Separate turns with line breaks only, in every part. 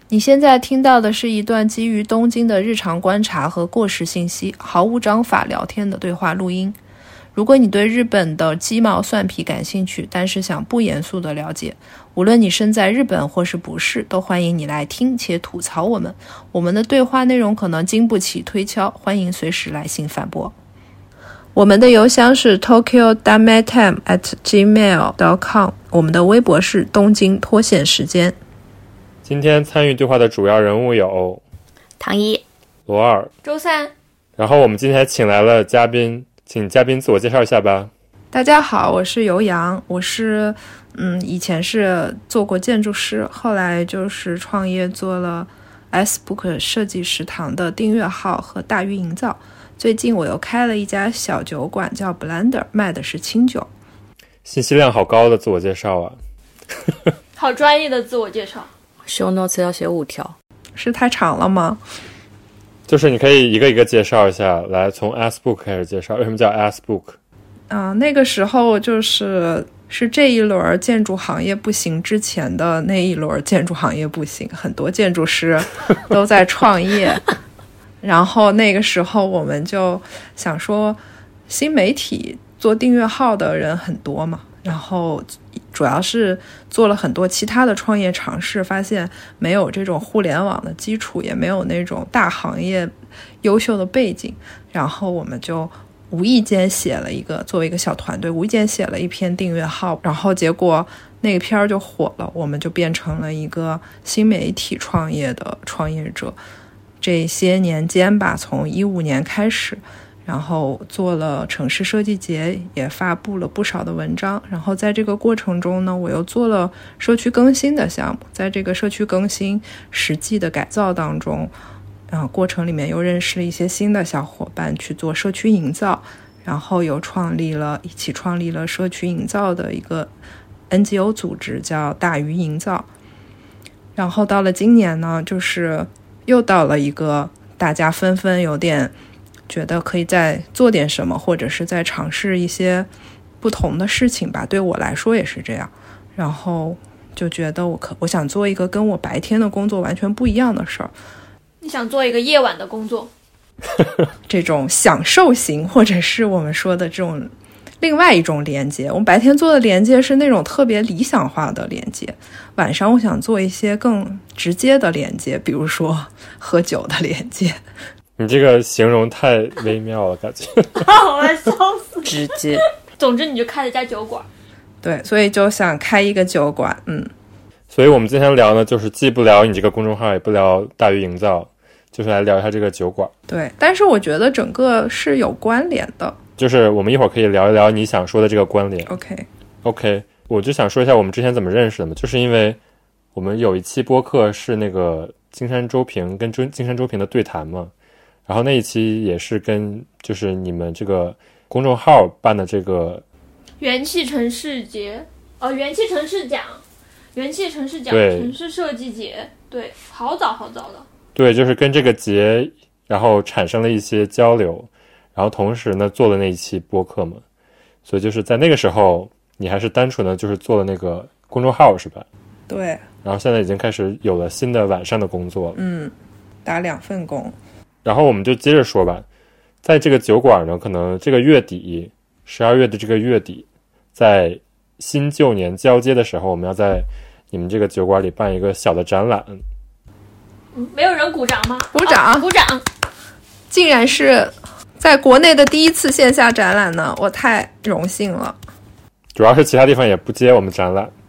你现在听到的是一段基于东京的日常观察和过时信息，毫无章法聊天的对话录音。如果你对日本的鸡毛蒜皮感兴趣，但是想不严肃的了解，无论你身在日本或是不是，都欢迎你来听且吐槽我们。我们的对话内容可能经不起推敲，欢迎随时来信反驳。我们的邮箱是 tokyodametime@gmail.com， 我们的微博是东京脱线时间。
今天参与对话的主要人物有
唐一、
罗二、
周三。
然后我们今天还请来了嘉宾，请嘉宾自我介绍一下吧。
大家好，我是游阳，我是以前是做过建筑师，后来就是创业做了 S-Book 设计食堂的订阅号和大鱼营造。最近我又开了一家小酒馆叫 Blender， 卖的是清酒。
信息量好高的自我介绍啊。
好专业的自我介绍。
show notes 要写5条，
是太长了吗？
就是你可以一个一个介绍一下，来从 S-Book 开始介绍。为什么叫 S-Book？
那个时候是这一轮建筑行业不行之前的那一轮建筑行业不行，很多建筑师都在创业。然后那个时候我们就想说，新媒体做订阅号的人很多嘛，然后主要是做了很多其他的创业尝试，发现没有这种互联网的基础，也没有那种大行业优秀的背景，然后我们就无意间作为一个小团队，无意间写了一篇订阅号，然后结果那个片儿就火了，我们就变成了一个新媒体创业的创业者。这些年间吧，从2015年开始，然后做了城市设计节，也发布了不少的文章，然后在这个过程中呢，我又做了社区更新的项目，在这个社区更新实际的改造当中，过程里面又认识了一些新的小伙伴去做社区营造，然后又一起创立了社区营造的一个 NGO 组织叫大鱼营造。然后到了今年呢，就是又到了一个大家纷纷有点觉得可以再做点什么，或者是在尝试一些不同的事情吧，对我来说也是这样。然后就觉得我想做一个跟我白天的工作完全不一样的事儿。
你想做一个夜晚的工作？
这种享受型，或者是我们说的这种另外一种连接。我们白天做的连接是那种特别理想化的连接，晚上我想做一些更直接的连接，比如说喝酒的连接。
你这个形容太微妙了，感觉。
我要笑死。
直接。
总之你就开了家酒馆。
对，所以就想开一个酒馆。
所以我们今天聊呢，就是既不聊你这个公众号，也不聊大鱼营造，就是来聊一下这个酒馆。
对，但是我觉得整个是有关联的。
就是我们一会儿可以聊一聊你想说的这个关联。OK， 我就想说一下我们之前怎么认识的嘛，就是因为我们有一期播客是那个金山周平跟金山周平的对谈嘛，然后那一期也是跟就是你们这个公众号办的这个
元气城市节，元气城市奖，城市设计节，对，好早的。
对，就是跟这个节然后产生了一些交流，然后同时呢做了那一期播客嘛，所以就是在那个时候你还是单纯的就是做了那个公众号是吧？
对，
然后现在已经开始有了新的晚上的工作了，
打2份工。
然后我们就接着说吧，在这个酒馆呢，可能这个月底12月的这个月底，在新旧年交接的时候，我们要在你们这个酒馆里办一个小的展览。
没有人鼓掌吗？
鼓掌，
鼓掌！
竟然是在国内的第一次线下展览呢，我太荣幸了。
主要是其他地方也不接我们展览。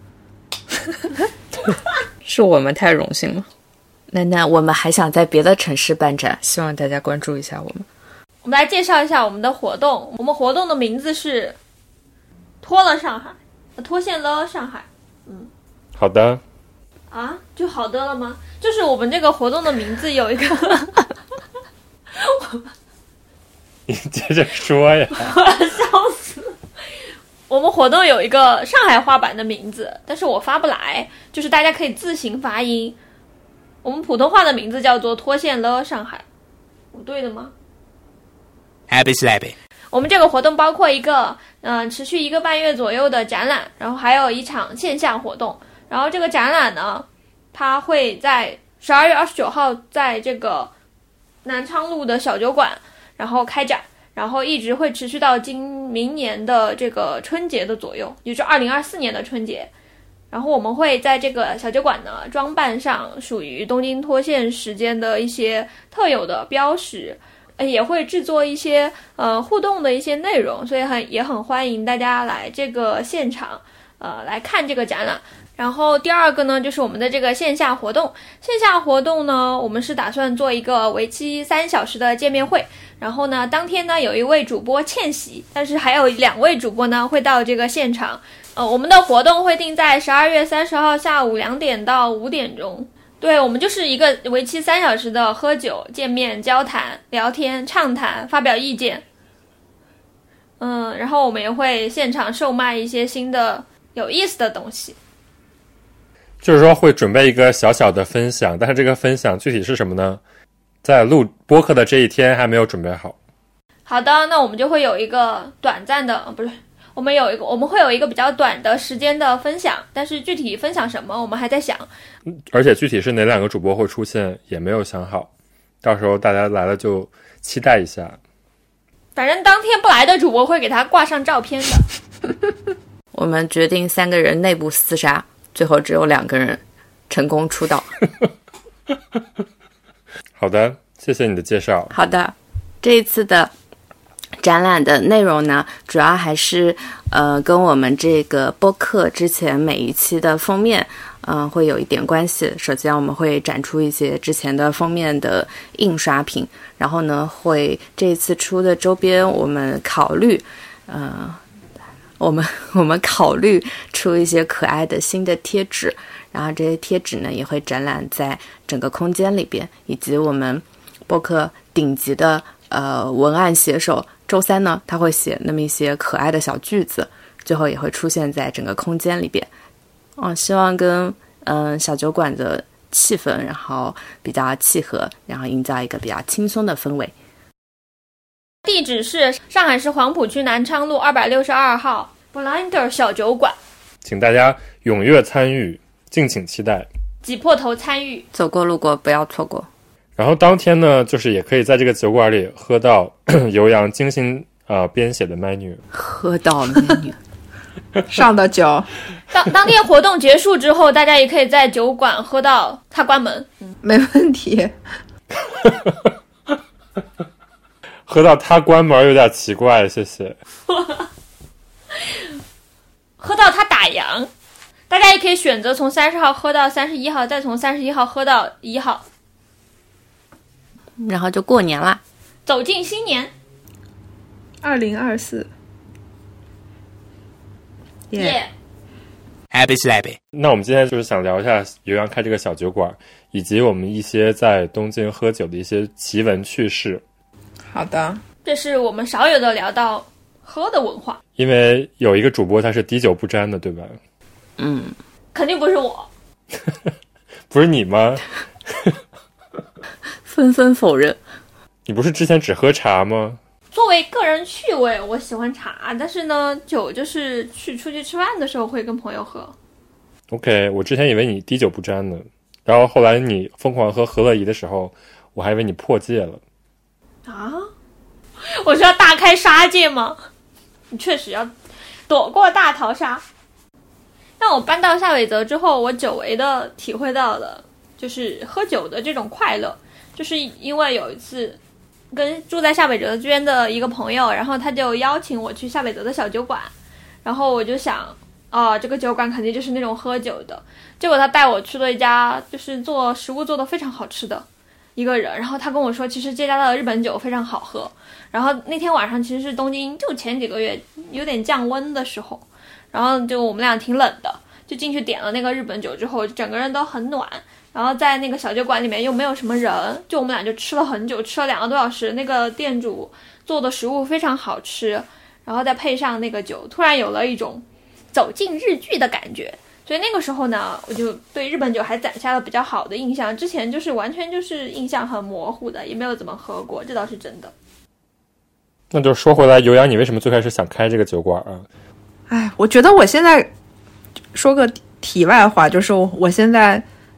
是我们太荣幸了。那我们还想在别的城市办展，希望大家关注一下我们。
我们来介绍一下我们的活动。我们活动的名字是脱线了上海。
好的。
啊，就好的了吗？就是我们这个活动的名字有一个
你接着说呀。
我要笑死。我们活动有一个上海话版的名字，但是我发不来，就是大家可以自行发音。我们普通话的名字叫做脱线了上海。我对的吗？
Happy Slappy。
我们这个活动包括一个持续1个半月左右的展览，然后还有一场线下活动。然后这个展览呢，它会在 12月29号在这个南昌路的小酒馆然后开展，然后一直会持续到明年的这个春节的左右，也就是2024年的春节。然后我们会在这个小酒馆呢装扮上属于东京脱线时间的一些特有的标识，也会制作一些互动的一些内容，所以也很欢迎大家来这个现场来看这个展览。然后第二个呢就是我们的这个线下活动，线下活动呢我们是打算做一个为期3小时的见面会，然后呢当天呢有一位主播欠席，但是还有2位主播呢会到这个现场。我们的活动会定在12月30号下午2点到5点钟。对，我们就是一个为期3小时的喝酒、见面、交谈、聊天、畅谈、发表意见。然后我们也会现场售卖一些新的有意思的东西。
就是说会准备一个小小的分享，但是这个分享具体是什么呢？在录播客的这一天还没有准备好。
好的，那我们就会有一个短暂的，我们会有一个比较短的时间的分享，但是具体分享什么我们还在想，
而且具体是哪2个主播会出现也没有想好，到时候大家来了就期待一下。
反正当天不来的主播会给他挂上照片的。
我们决定3个人内部厮杀，最后只有2个人成功出道。
好的，谢谢你的介绍。
好的，这一次的展览的内容呢，主要还是跟我们这个播客之前每一期的封面会有一点关系。首先我们会展出一些之前的封面的印刷品，然后呢这一次出的周边我们考虑我们考虑出一些可爱的新的贴纸，然后这些贴纸呢也会展览在整个空间里边，以及我们播客顶级的文案写手周三呢他会写那么一些可爱的小句子，最后也会出现在整个空间里边。希望跟小酒馆的气氛然后比较契合，然后营造一个比较轻松的氛围。
地址是上海市黄浦区南昌路262号 Blinder 小酒馆，
请大家踊跃参与，敬请期待，
挤破头参与，
走过路过不要错过。
然后当天呢就是也可以在这个酒馆里喝到尤洋精心编写的 menu，
喝到 menu
上的酒。
当天活动结束之后，大家也可以在酒馆喝到他关门。
没问题。
喝到他关门有点奇怪，谢谢。
喝到他打烊，大家也可以选择从30号喝到31号，再从31号喝到1号，
然后就过年啦，
走进新年
2024。
耶、
Happy Slappy。
那我们今天就是想聊一下尤洋开这个小酒馆，以及我们一些在东京喝酒的一些奇闻趣事。
好的，
这是我们少有的聊到喝的文化。
因为有一个主播他是滴酒不沾的，对吧？
肯定不是我。
不是你吗？
纷纷否认。
你不是之前只喝茶吗？
作为个人趣味，我喜欢茶，但是呢，酒就是出去吃饭的时候会跟朋友喝。
OK， 我之前以为你滴酒不沾呢，然后后来你疯狂喝和乐怡的时候，我还以为你破戒了。
啊？我是要大开杀戒吗？你确实要躲过大逃杀。但我搬到夏北泽之后，我久违的体会到了就是喝酒的这种快乐，就是因为有一次跟住在夏北泽这边的一个朋友，然后他就邀请我去夏北泽的小酒馆，然后我就想这个酒馆肯定就是那种喝酒的，结果他带我去了一家就是做食物做的非常好吃的一个人，然后他跟我说其实这家的日本酒非常好喝，然后那天晚上其实是东京就前几个月有点降温的时候，然后就我们俩挺冷的，就进去点了那个日本酒之后整个人都很暖，然后在那个小酒馆里面又没有什么人，就我们俩就吃了很久，吃了2个多小时，那个店主做的食物非常好吃，然后再配上那个酒，突然有了一种走进日剧的感觉，所以那个时候呢我就对日本酒还攒下了比较好的印象，之前就是完全就是印象很模糊的，也没有怎么喝过，这倒是真的。
那就说回来，尤洋你为什么最开始想开这个酒馆啊？
我觉得我现在说个题外话，就是我现在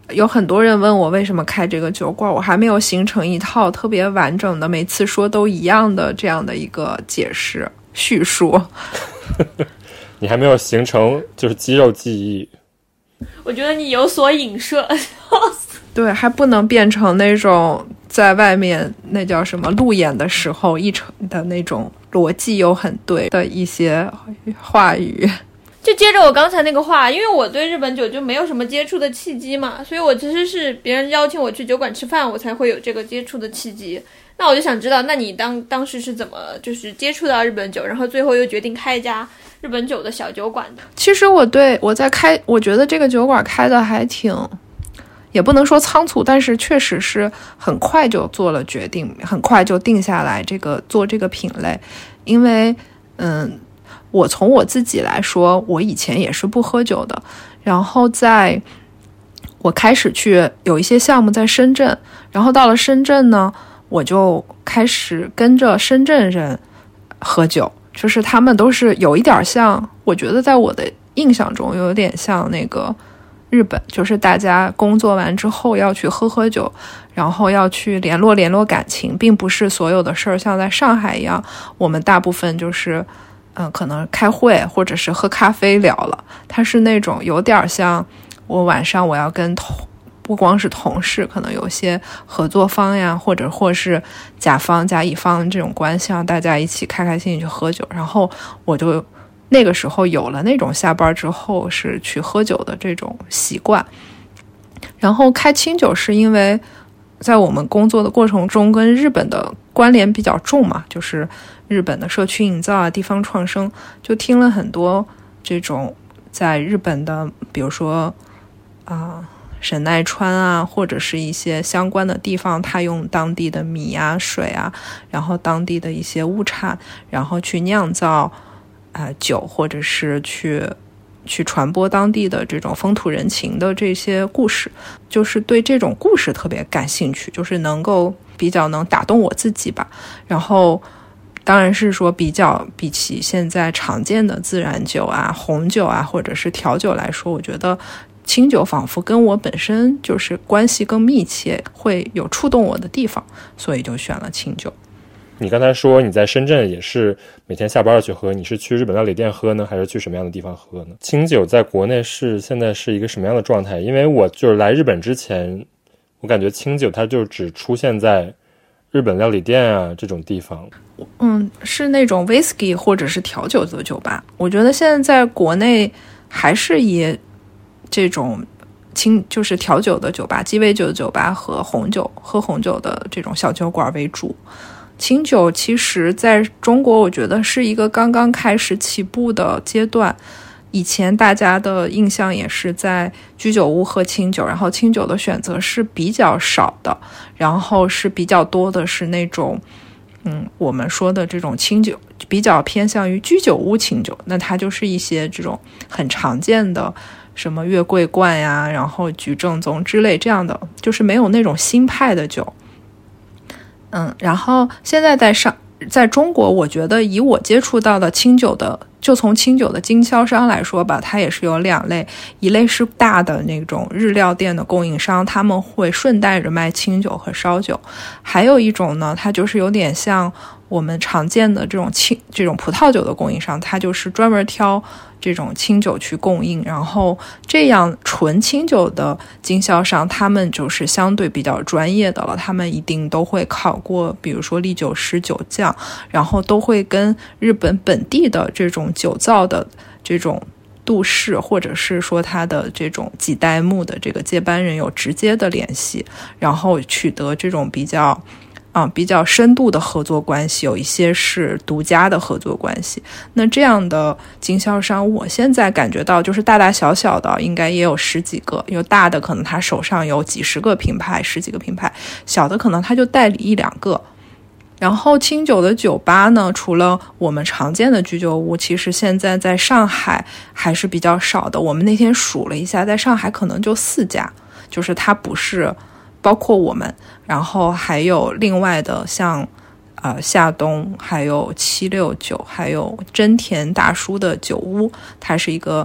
有很多人问我为什么开这个酒馆，我还没有形成一套特别完整的每次说都一样的这样的一个解释叙述。
你还没有形成就是肌肉记忆。
我觉得你有所影射。
对，还不能变成那种在外面那叫什么路演的时候一成的那种逻辑又很对的一些话语。
就接着我刚才那个话，因为我对日本酒就没有什么接触的契机嘛，所以我其实是别人邀请我去酒馆吃饭，我才会有这个接触的契机。那我就想知道，那你当时是怎么就是接触到日本酒，然后最后又决定开一家日本酒的小酒馆的？
其实我觉得这个酒馆开的还挺，也不能说仓促，但是确实是很快就做了决定，很快就定下来做这个品类。因为我从我自己来说，我以前也是不喝酒的，然后在我开始去有一些项目在深圳，然后到了深圳呢，我就开始跟着深圳人喝酒，就是他们都是有一点像，我觉得在我的印象中有点像那个日本，就是大家工作完之后要去喝酒，然后要去联络感情，并不是所有的事儿像在上海一样，我们大部分就是可能开会或者是喝咖啡聊了。它是那种有点像我晚上我要跟不光是同事，可能有些合作方呀，或是甲方甲乙方这种关系，让大家一起开开心心去喝酒。然后我就那个时候有了那种下班之后是去喝酒的这种习惯。然后开清酒是因为在我们工作的过程中跟日本的关联比较重嘛，就是日本的社区营造啊，地方创生，就听了很多这种在日本的比如说神奈川啊，或者是一些相关的地方，他用当地的米啊水啊，然后当地的一些物产，然后去酿造酒，或者是去传播当地的这种风土人情的这些故事，就是对这种故事特别感兴趣，就是比较能打动我自己吧。然后当然是说比起现在常见的自然酒啊、红酒啊或者是调酒来说，我觉得清酒仿佛跟我本身就是关系更密切，会有触动我的地方，所以就选了清酒。
你刚才说你在深圳也是每天下班去喝，你是去日本料理店喝呢，还是去什么样的地方喝呢？清酒在国内现在是一个什么样的状态？因为我就是来日本之前，我感觉清酒它就只出现在日本料理店啊这种地方。
是那种 whisky 或者是调酒的酒吧。我觉得现在在国内还是以这种就是调酒的酒吧、鸡尾酒的酒吧和喝红酒的这种小酒馆为主。清酒其实在中国我觉得是一个刚刚开始起步的阶段，以前大家的印象也是在居酒屋喝清酒，然后清酒的选择是比较少的，然后是比较多的是那种我们说的这种清酒比较偏向于居酒屋清酒，那它就是一些这种很常见的什么月桂冠呀，然后菊正宗之类这样的，就是没有那种新派的酒。然后现在在中国，我觉得以我接触到的清酒的，就从清酒的经销商来说吧，它也是有两类，一类是大的那种日料店的供应商，他们会顺带着卖清酒和烧酒，还有一种呢，它就是有点像我们常见的这种葡萄酒的供应商，它就是专门挑这种清酒去供应，然后这样纯清酒的经销商他们就是相对比较专业的了，他们一定都会考过比如说唎酒师、酒匠，然后都会跟日本本地的这种酒造的这种杜氏或者是说他的这种几代目的这个接班人有直接的联系，然后取得这种比较深度的合作关系，有一些是独家的合作关系。那这样的经销商我现在感觉到就是大大小小的应该也有10几个，有大的可能他手上有几十个品牌10几个品牌，小的可能他就代理1、2个。然后清酒的酒吧呢，除了我们常见的居酒屋，其实现在在上海还是比较少的。我们那天数了一下，在上海可能就4家，就是它不是包括我们，然后还有另外的像夏冬，还有769，还有真田大叔的酒屋，它是一个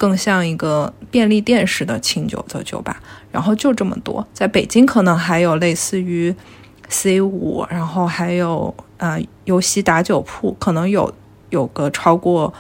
更像一个便利店式的清酒的酒吧，然后就这么多。在北京可能还有类似于 C5， 然后还有尤西打酒铺，可能有个超过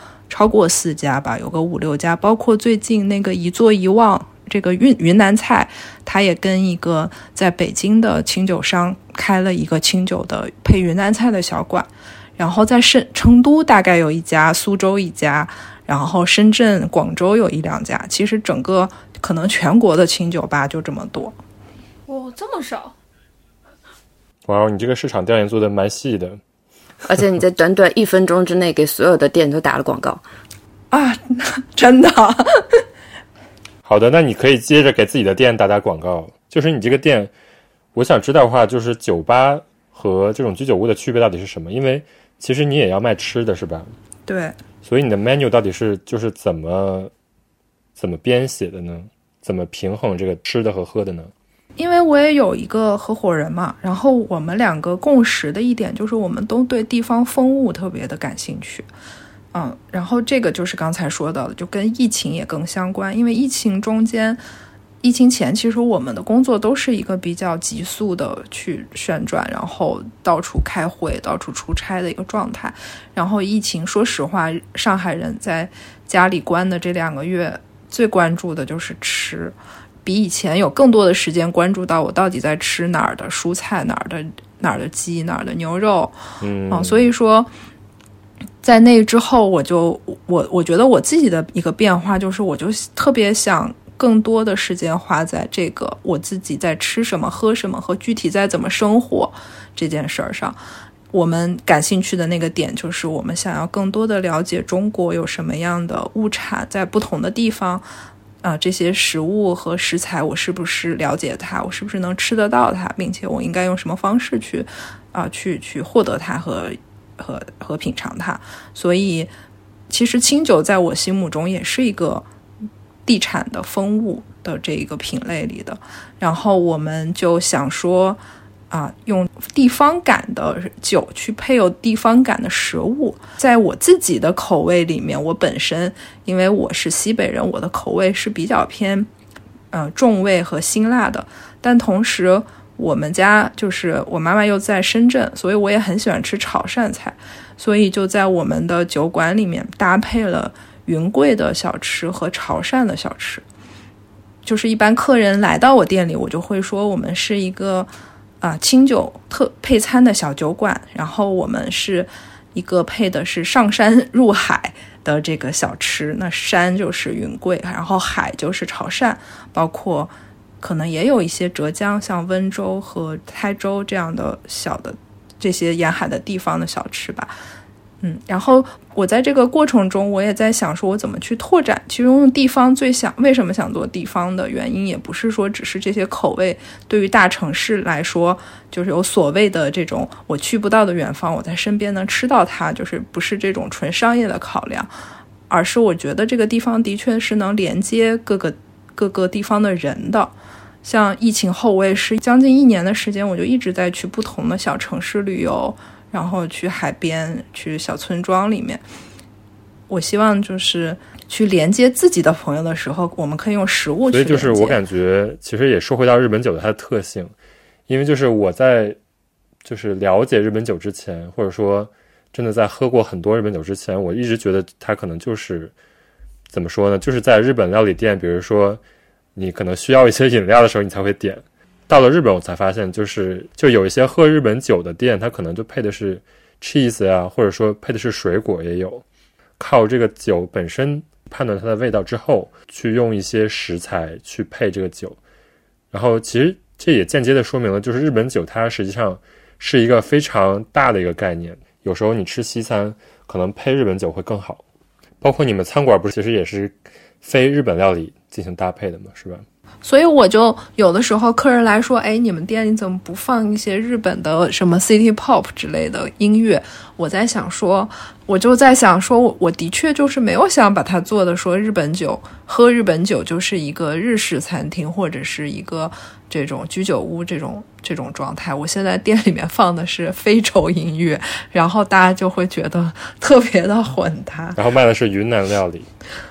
4家吧，有个5、6家，包括最近那个一坐一望这个云南菜，他也跟一个在北京的清酒商开了一个清酒的配云南菜的小馆，然后在成都大概有1家，苏州1家，然后深圳、广州有1、2家，其实整个可能全国的清酒吧就这么多。
哦，这么少。
哇，你这个市场调研做的蛮细的。
而且你在短短1分钟之内给所有的店都打了广告
啊，真的。
好的，那你可以接着给自己的店打广告。就是你这个店，我想知道的话，就是酒吧和这种居酒屋的区别到底是什么？因为其实你也要卖吃的是吧？
对。
所以你的 menu 到底是就是怎么编写的呢？怎么平衡这个吃的和喝的呢？
因为我也有一个合伙人嘛，然后我们2个共识的一点就是我们都对地方风物特别的感兴趣。然后这个就是刚才说到的，就跟疫情也更相关。因为疫情前其实我们的工作都是一个比较急速的去旋转，然后到处开会、到处出差的一个状态。然后疫情说实话，上海人在家里关的这2个月最关注的就是吃，比以前有更多的时间关注到我到底在吃哪儿的蔬菜，哪儿的鸡，哪儿的牛肉。所以说在那之后我觉得我自己的一个变化就是，我就特别想更多的时间花在这个我自己在吃什么喝什么和具体在怎么生活这件事儿上。我们感兴趣的那个点就是我们想要更多的了解中国有什么样的物产在不同的地方，这些食物和食材我是不是了解它，我是不是能吃得到它，并且我应该用什么方式去获得它和品尝它。所以其实清酒在我心目中也是一个地产的风物的这一个品类里的。然后我们就想说用地方感的酒去配有地方感的食物。在我自己的口味里面，我本身因为我是西北人，我的口味是比较偏重味和辛辣的，但同时我们家就是我妈妈又在深圳，所以我也很喜欢吃潮汕菜，所以就在我们的酒馆里面搭配了云贵的小吃和潮汕的小吃。就是一般客人来到我店里，我就会说我们是一个清酒配餐的小酒馆，然后我们是一个配的是上山入海的这个小吃，那山就是云贵，然后海就是潮汕，包括可能也有一些浙江像温州和台州这样的小的这些沿海的地方的小吃吧。然后我在这个过程中我也在想说我怎么去拓展，其中地方为什么想做地方的原因也不是说只是这些口味对于大城市来说就是有所谓的这种我去不到的远方我在身边能吃到它，就是不是这种纯商业的考量，而是我觉得这个地方的确是能连接各个地方的人的。像疫情后我也是将近1年的时间，我就一直在去不同的小城市旅游，然后去海边，去小村庄里面。我希望就是去连接自己的朋友的时候，我们可以用食物去连接。
所以就是我感觉其实也说回到日本酒的它的特性，因为就是我在就是了解日本酒之前，或者说真的在喝过很多日本酒之前，我一直觉得它可能就是怎么说呢，就是在日本料理店，比如说你可能需要一些饮料的时候你才会点。到了日本我才发现就有一些喝日本酒的店，它可能就配的是 cheese 啊，或者说配的是水果也有，靠这个酒本身判断它的味道之后去用一些食材去配这个酒。然后其实这也间接的说明了就是日本酒它实际上是一个非常大的一个概念，有时候你吃西餐可能配日本酒会更好，包括你们餐馆不是其实也是非日本料理进行搭配的嘛，是吧？
所以我就有的时候客人来说，你们店里怎么不放一些日本的什么 City Pop 之类的音乐？我就在想说我的确就是没有想把它做的说喝日本酒就是一个日式餐厅或者是一个这种居酒屋这种状态。我现在店里面放的是非洲音乐，然后大家就会觉得特别的混搭。
然后卖的是云南料理。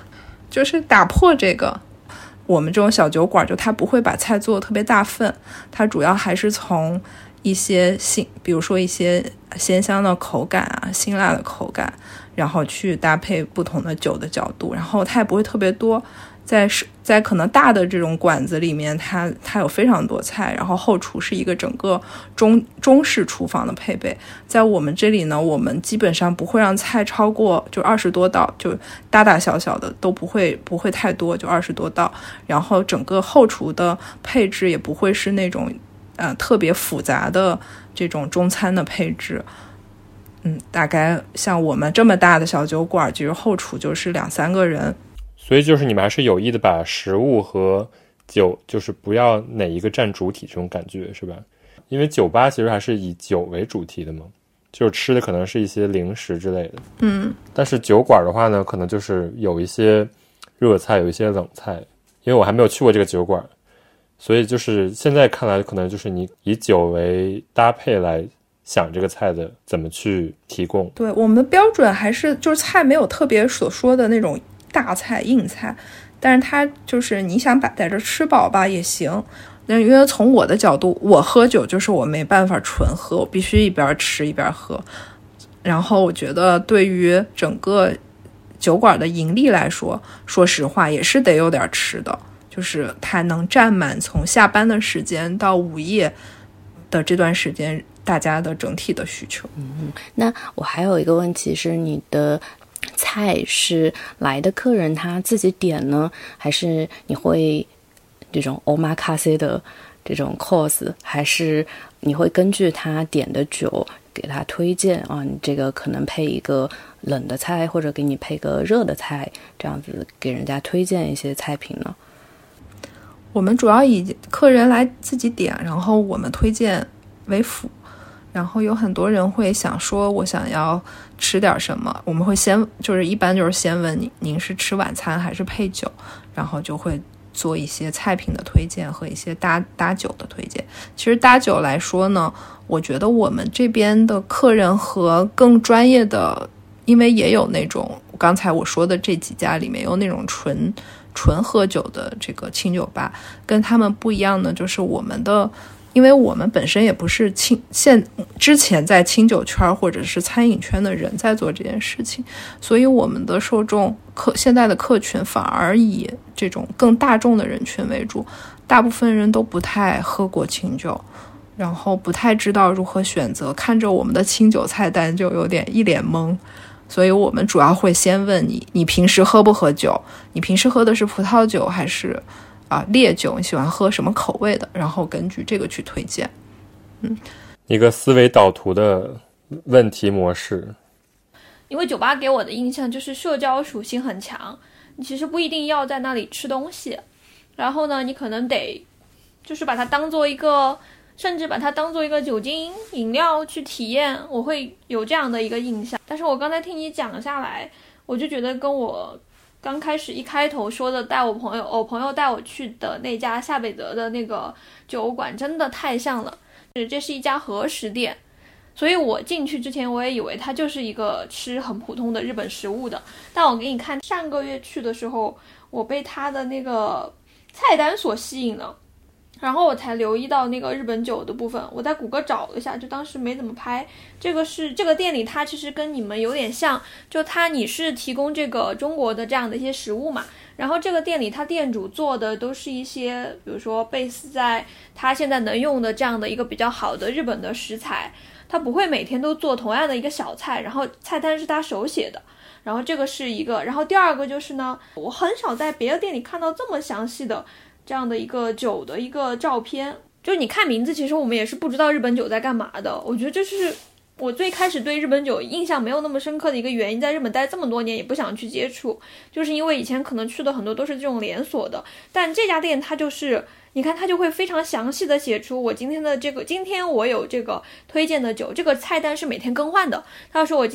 就是打破这个。我们这种小酒馆就它不会把菜做得特别大份，它主要还是从一些比如说一些鲜香的口感啊，辛辣的口感，然后去搭配不同的酒的角度，然后它也不会特别多。在可能大的这种馆子里面，它有非常多菜，然后后厨是一个整个中式厨房的配备。在我们这里呢，我们基本上不会让菜超过就20多道，就大大小小的都不会太多，就20多道。然后整个后厨的配置也不会是那种特别复杂的这种中餐的配置。大概像我们这么大的小酒馆，其实后厨就是2-3个人。
所以就是你们还是有意的把食物和酒就是不要哪一个占主体这种感觉，是吧？因为酒吧其实还是以酒为主题的嘛，就是吃的可能是一些零食之类的。但是酒馆的话呢，可能就是有一些热菜，有一些冷菜。因为我还没有去过这个酒馆，所以就是现在看来可能就是你以酒为搭配来想这个菜的怎么去提供。
对，我们的标准还是就是菜没有特别所说的那种大菜硬菜，但是它就是你想在这吃饱吧也行。那因为从我的角度，我喝酒就是我没办法纯喝，我必须一边吃一边喝。然后我觉得对于整个酒馆的盈利来说，说实话也是得有点吃的，就是它能占满从下班的时间到午夜的这段时间大家的整体的需求。
那我还有一个问题是，你的菜是来的客人他自己点呢，还是你会这种 omakase 的这种 course， 还是你会根据他点的酒给他推荐啊？你这个可能配一个冷的菜，或者给你配个热的菜，这样子给人家推荐一些菜品呢？
我们主要以客人来自己点，然后我们推荐为辅。然后有很多人会想说我想要吃点什么，我们会一般就是先问您是吃晚餐还是配酒，然后就会做一些菜品的推荐和一些搭酒的推荐。其实搭酒来说呢，我觉得我们这边的客人和更专业的，因为也有那种刚才我说的这几家里面有那种纯喝酒的这个清酒吧，跟他们不一样的就是因为我们本身也不是之前在清酒圈或者是餐饮圈的人在做这件事情，所以我们的受众现在的客群反而以这种更大众的人群为主，大部分人都不太喝过清酒，然后不太知道如何选择，看着我们的清酒菜单就有点一脸懵。所以我们主要会先问你平时喝不喝酒，你平时喝的是葡萄酒还是烈酒，你喜欢喝什么口味的，然后根据这个去推荐。
一个思维导图的问题模式。
因为酒吧给我的印象就是社交属性很强，你其实不一定要在那里吃东西，然后呢你可能得就是把它当做一个，甚至把它当做一个酒精饮料去体验，我会有这样的一个印象。但是我刚才听你讲下来，我就觉得跟我刚开始一开头说的我朋友带我去的那家夏北泽的那个酒馆真的太像了。这是一家和食店，所以我进去之前我也以为它就是一个吃很普通的日本食物的，但我给你看上个月去的时候，我被它的那个菜单所吸引了，然后我才留意到那个日本酒的部分。我在谷歌找了一下，就当时没怎么拍。这个店里它其实跟你们有点像，就你是提供这个中国的这样的一些食物嘛，然后这个店里它店主做的都是一些比如说 base 在他现在能用的这样的一个比较好的日本的食材，他不会每天都做同样的一个小菜，然后菜单是他手写的。然后这个是一个，然后第二个就是呢，我很少在别的店里看到这么详细的这样的一个酒的一个照片，就是你看名字其实我们也是不知道日本酒在干嘛的。我觉得这是我最开始对日本酒印象没有那么深刻的一个原因，在日本待这么多年也不想去接触，就是因为以前可能去的很多都是这种连锁的，但这家店它就是你看它就会非常详细的写出我今天我有这个推荐的酒，这个菜单是每天更换的。他说我今天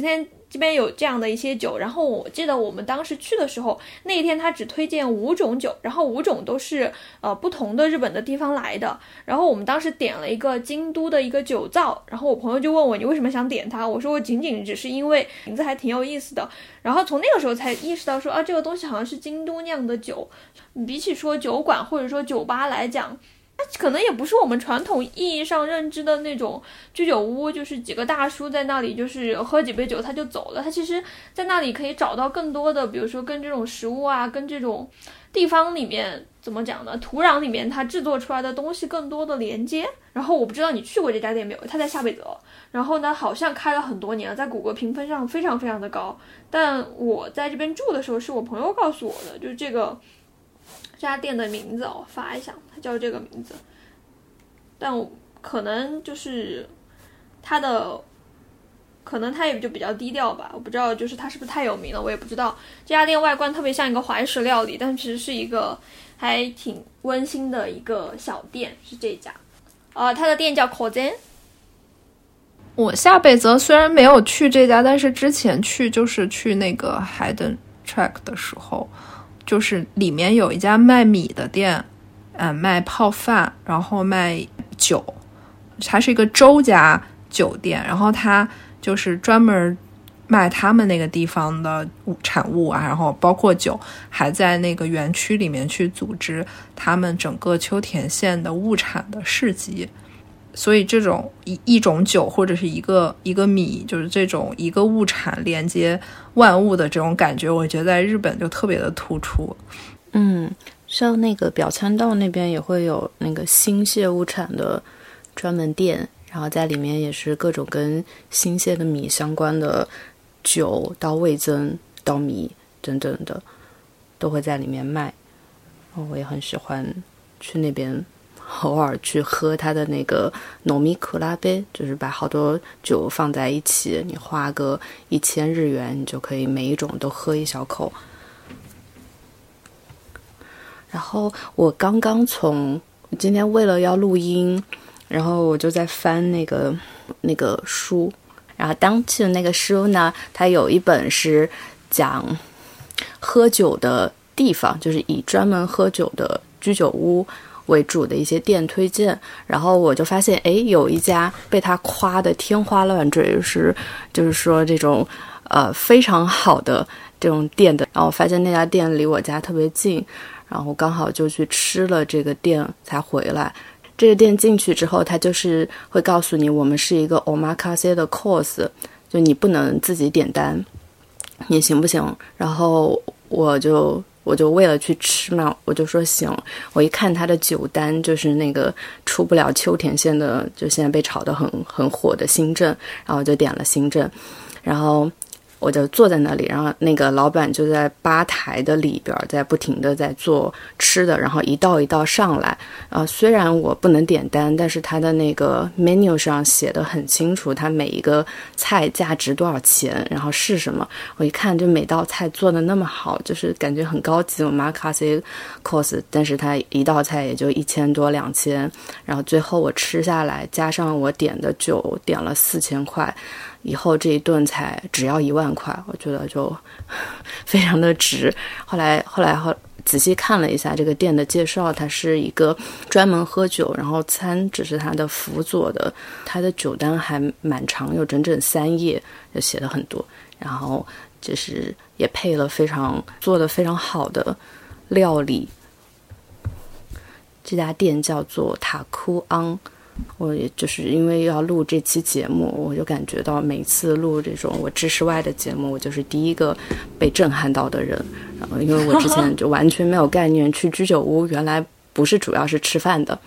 这边有这样的一些酒，然后我记得我们当时去的时候，那一天他只推荐5种酒，然后5种都是不同的日本的地方来的。然后我们当时点了一个京都的一个酒造，然后我朋友就问我你为什么想点它，我说我仅仅只是因为名字还挺有意思的。然后从那个时候才意识到说这个东西好像是京都酿的酒，比起说酒馆或者说酒吧来讲，它可能也不是我们传统意义上认知的那种居酒屋，就是几个大叔在那里就是喝几杯酒他就走了。他其实在那里可以找到更多的，比如说跟这种食物啊，跟这种地方里面怎么讲呢，土壤里面它制作出来的东西更多的连接。然后我不知道你去过这家店没有，它在下北泽，然后呢好像开了很多年了，在谷歌评分上非常非常的高。但我在这边住的时候是我朋友告诉我的，就是这家店的名字我发一下，它叫这个名字，但可能就是它的，可能它也就比较低调吧，我不知道就是它是不是太有名了，我也不知道。这家店外观特别像一个怀石料理，但其实是一个还挺温馨的一个小店，是这家。它的店叫 Kozen。
我下北泽虽然没有去这家，但是之前就是去那个 Hidden Track 的时候，就是里面有一家卖米的店，卖泡饭，然后卖酒，它是一个周家酒店，然后它就是专门卖他们那个地方的产物啊，然后包括酒，还在那个园区里面去组织他们整个秋田县的物产的市集。所以这种一种酒或者是一个米，就是这种一个物产连接万物的这种感觉，我觉得在日本就特别的突出。
像那个表参道那边也会有那个新泻物产的专门店，然后在里面也是各种跟新泻的米相关的酒到味增到米等等的都会在里面卖。我也很喜欢去那边偶尔去喝它的那个糯米可拉杯，就是把好多酒放在一起，你花个1000日元，你就可以每一种都喝一小口。然后我刚刚今天为了要录音，然后我就在翻那个书，然后当期的那个书呢，它有一本是讲喝酒的地方，就是以专门喝酒的居酒屋为主的一些店推荐，然后我就发现有一家被他夸的天花乱坠，就是说这种非常好的这种店的，然后我发现那家店离我家特别近，然后刚好就去吃了这个店才回来。这个店进去之后，它就是会告诉你我们是一个 omakase 的 course， 就你不能自己点单，你行不行？然后我就为了去吃嘛，我就说行。我一看他的酒单，就是那个出不了秋田县的，就现在被炒得很火的新镇，然后我就点了新镇，然后我就坐在那里，然后那个老板就在吧台的里边在不停的在做吃的，然后一道一道上来。虽然我不能点单，但是他的那个 menu 上写的很清楚，他每一个菜价值多少钱，然后是什么。我一看就每道菜做的那么好，就是感觉很高级，我omakase course， 但是他一道菜也就1000多2000，然后最后我吃下来加上我点的酒点了4000块，以后这一顿才只要1万块，我觉得就非常的值。后来仔细看了一下这个店的介绍，它是一个专门喝酒，然后餐只是它的辅佐的，它的酒单还蛮长，有整整3页，就写了很多，然后就是也配了做的非常好的料理。这家店叫做塔库昂。我也就是因为要录这期节目，我就感觉到每次录这种我知识外的节目，我就是第一个被震撼到的人。然后因为我之前就完全没有概念，去居酒屋原来不是主要是吃饭的。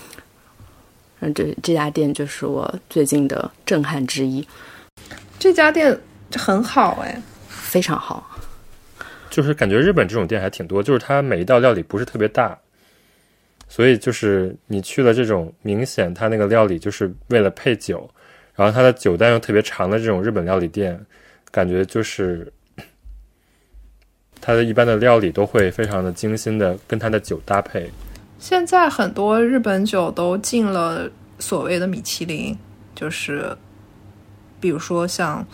这家店就是我最近的震撼之一。
这家店很好
非常好。
就是感觉日本这种店还挺多，就是它每一道料理不是特别大。所以就是你去了这种明显它那个料理就是为了配酒，然后它的酒单又特别长的这种日本料理店，感觉就是它的一般的料理都会非常的精心的跟它的酒搭配。
现在很多日本酒都进了所谓的米其林，就是比如说像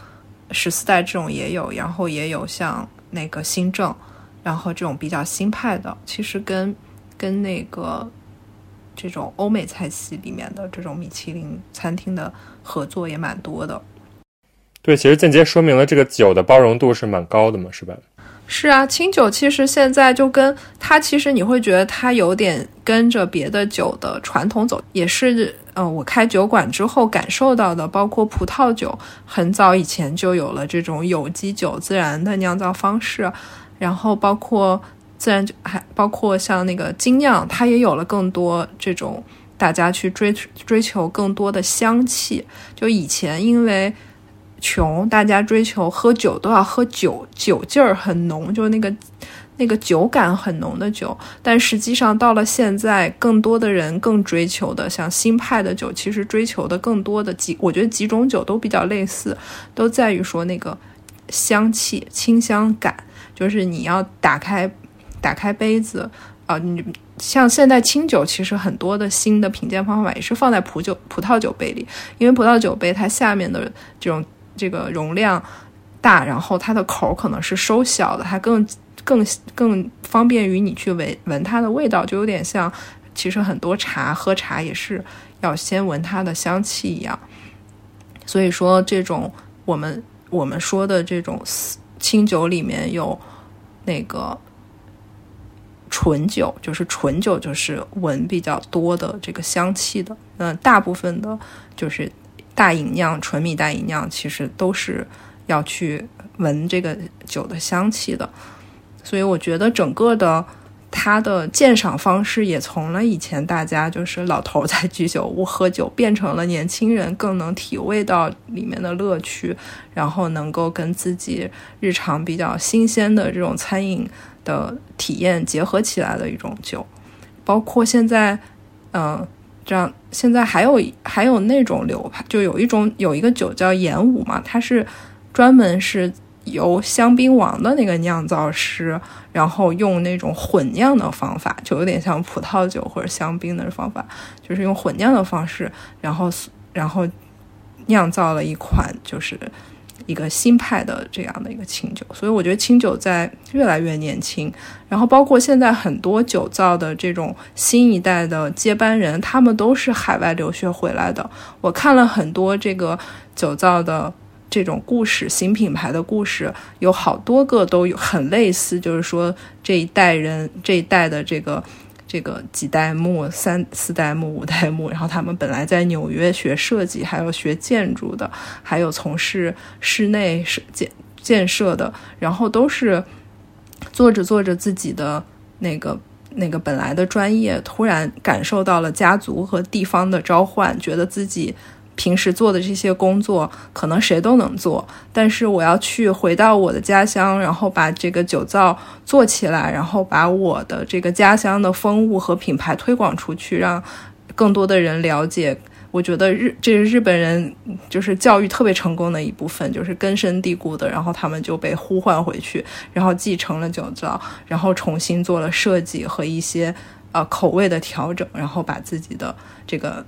14代这种也有，然后也有像那个新政，然后这种比较新派的，其实跟那个这种欧美菜系里面的这种米其林餐厅的合作也蛮多的。
对，其实间接说明了这个酒的包容度是蛮高的嘛，是吧？
是啊，清酒其实现在就跟它，其实你会觉得它有点跟着别的酒的传统走，也是我开酒馆之后感受到的。包括葡萄酒很早以前就有了这种有机酒自然的酿造方式，然后包括自然酒，还包括像那个精酿，它也有了更多这种大家去追求更多的香气。就以前因为穷，大家追求喝酒都要喝酒劲儿很浓，就那个酒感很浓的酒。但实际上到了现在，更多的人更追求的像新派的酒，其实追求的更多的我觉得几种酒都比较类似，都在于说那个香气清香感，就是你要打开杯子你像现在清酒其实很多的新的品鉴方法也是放在葡萄酒杯里，因为葡萄酒杯它下面的这个容量大，然后它的口可能是收小的，它更方便于你去闻它的味道，就有点像其实很多喝茶也是要先闻它的香气一样。所以说这种我们说的这种清酒里面有那个纯酒，就是闻比较多的这个香气的，大部分的就是大吟酿、纯米大吟酿其实都是要去闻这个酒的香气的。所以我觉得整个的它的鉴赏方式也从了以前大家就是老头在居酒屋喝酒，变成了年轻人更能体味到里面的乐趣，然后能够跟自己日常比较新鲜的这种餐饮的体验结合起来的一种酒。包括现在这样现在还有那种流派，就有一个酒叫演武嘛，它是专门是由香槟王的那个酿造师，然后用那种混酿的方法，就有点像葡萄酒或者香槟的方法，就是用混酿的方式，然后酿造了一款就是一个新派的这样的一个清酒。所以我觉得清酒在越来越年轻，然后包括现在很多酒造的这种新一代的接班人，他们都是海外留学回来的。我看了很多这个酒造的这种故事，新品牌的故事，有好多个都有很类似，就是说这一代的这个几代目4代目5代目，然后他们本来在纽约学设计，还有学建筑的，还有从事室内建设的，然后都是做着自己的那个本来的专业，突然感受到了家族和地方的召唤，觉得自己平时做的这些工作可能谁都能做，但是我要回到我的家乡，然后把这个酒造做起来，然后把我的这个家乡的风物和品牌推广出去，让更多的人了解。我觉得这是日本人就是教育特别成功的一部分，就是根深蒂固的，然后他们就被呼唤回去，然后继承了酒造，然后重新做了设计和一些口味的调整，然后把自己的这个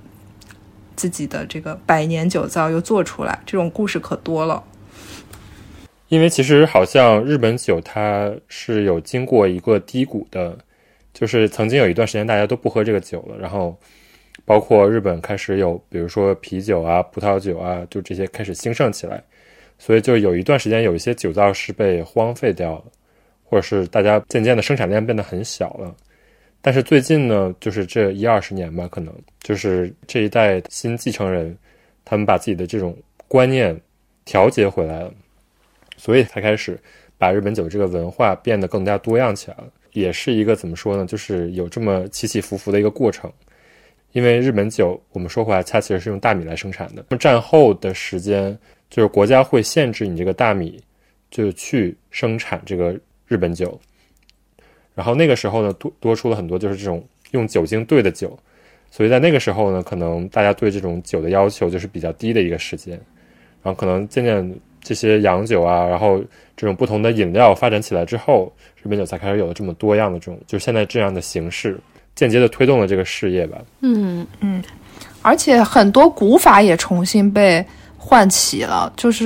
百年酒造又做出来，这种故事可多了。
因为其实好像日本酒它是有经过一个低谷的，就是曾经有一段时间大家都不喝这个酒了，然后包括日本开始有比如说啤酒啊、葡萄酒啊，就这些开始兴盛起来，所以就有一段时间有一些酒造是被荒废掉了，或者是大家渐渐的生产量变得很小了。但是最近呢，就是这10-20年吧，可能就是这一代新继承人，他们把自己的这种观念调节回来了，所以才开始把日本酒这个文化变得更加多样起来了。也是一个怎么说呢，就是有这么起起伏伏的一个过程。因为日本酒我们说回来，它其实是用大米来生产的。战后的时间，就是国家会限制你这个大米就去生产这个日本酒，然后那个时候呢多出了很多就是这种用酒精兑的酒，所以在那个时候呢，可能大家对这种酒的要求就是比较低的一个时间，然后可能渐渐这些洋酒啊，然后这种不同的饮料发展起来之后，日本酒才开始有了这么多样的这种就现在这样的形式，间接的推动了这个事业吧。而
且很多古法也重新被唤起了，就是